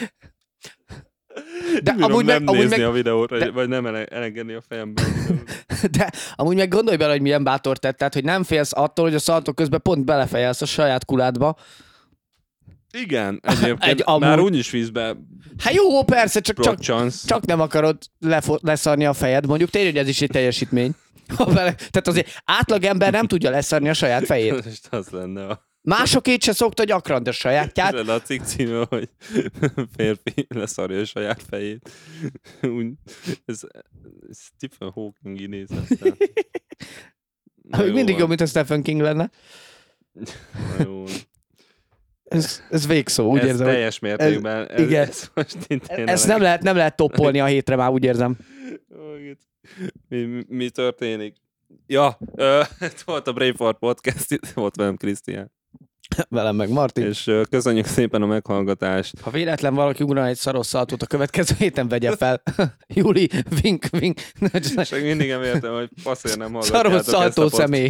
De
Bírom
amúgy
nem
meg,
nézni
amúgy meg,
a videót,
de,
vagy nem elengedni a fejemből.
De amúgy meg gondolj bele, hogy milyen bátor tett, tehát, hogy nem félsz attól, hogy a szaltó közben pont belefejelsz a saját kuládba.
Igen, egyébként
Egy
amúgy... már
amúgy...
úgyis vízbe...
Hát jó, persze, csak, csak, csak nem akarod lefo- leszarni a fejed. Mondjuk tényleg, hogy ez is egy teljesítmény. Tehát azért átlagember nem tudja leszarni a saját fejét.
Most az lenne a...
Másokét se szokta gyakran, de sajátját.
Ez lenne a cikk címe, hogy férfi leszarja a saját fejét. Úgy, ez, ez Stephen Hawking idézett.
Mindig jobb, mint a Stephen King lenne.
Na jó.
Ez, ez végszó, úgy
ez
érzem.
teljes mértékben.
Ez, igen.
Ez, most
ezt nem lehet, nem lehet toppolni a hétre már, úgy érzem.
Mi, mi, mi történik? Ja, ö, volt a Brainfart Podcast, itt volt velem Krisztián.
Velem meg Martin.
És ö, köszönjük szépen a meghallgatást.
Ha véletlen valaki ugrana egy szaros szaltót, a következő héten vegye fel. Júli, vink, vink.
És mindig nem értem, hogy passzér nem hallgatjátok
szaros szaltó személy.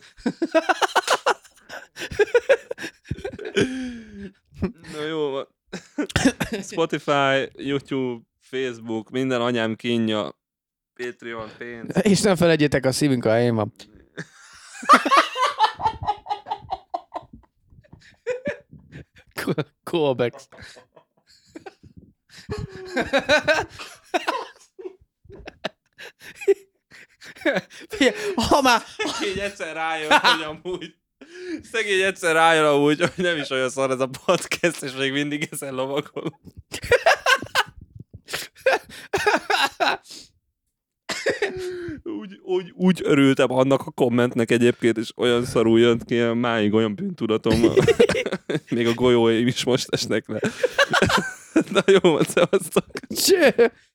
Na jó, Spotify, YouTube, Facebook, minden anyám kínja, Patreon, pénz.
És nem felejtjétek, a szívünk a helyén van. Callbacks. Ha már...
Szegény egyszer rájön, hogy amúgy... Szegény egyszer rájön amúgy, hogy nem is olyan szar ez a podcast, és még mindig ezen lovagol. úgy, úgy, úgy örültem annak a kommentnek egyébként, és olyan szarul jött ki, máig olyan bűntudatom. Még a golyóim is most esnek le. Na jó, szevasztok.
Cső!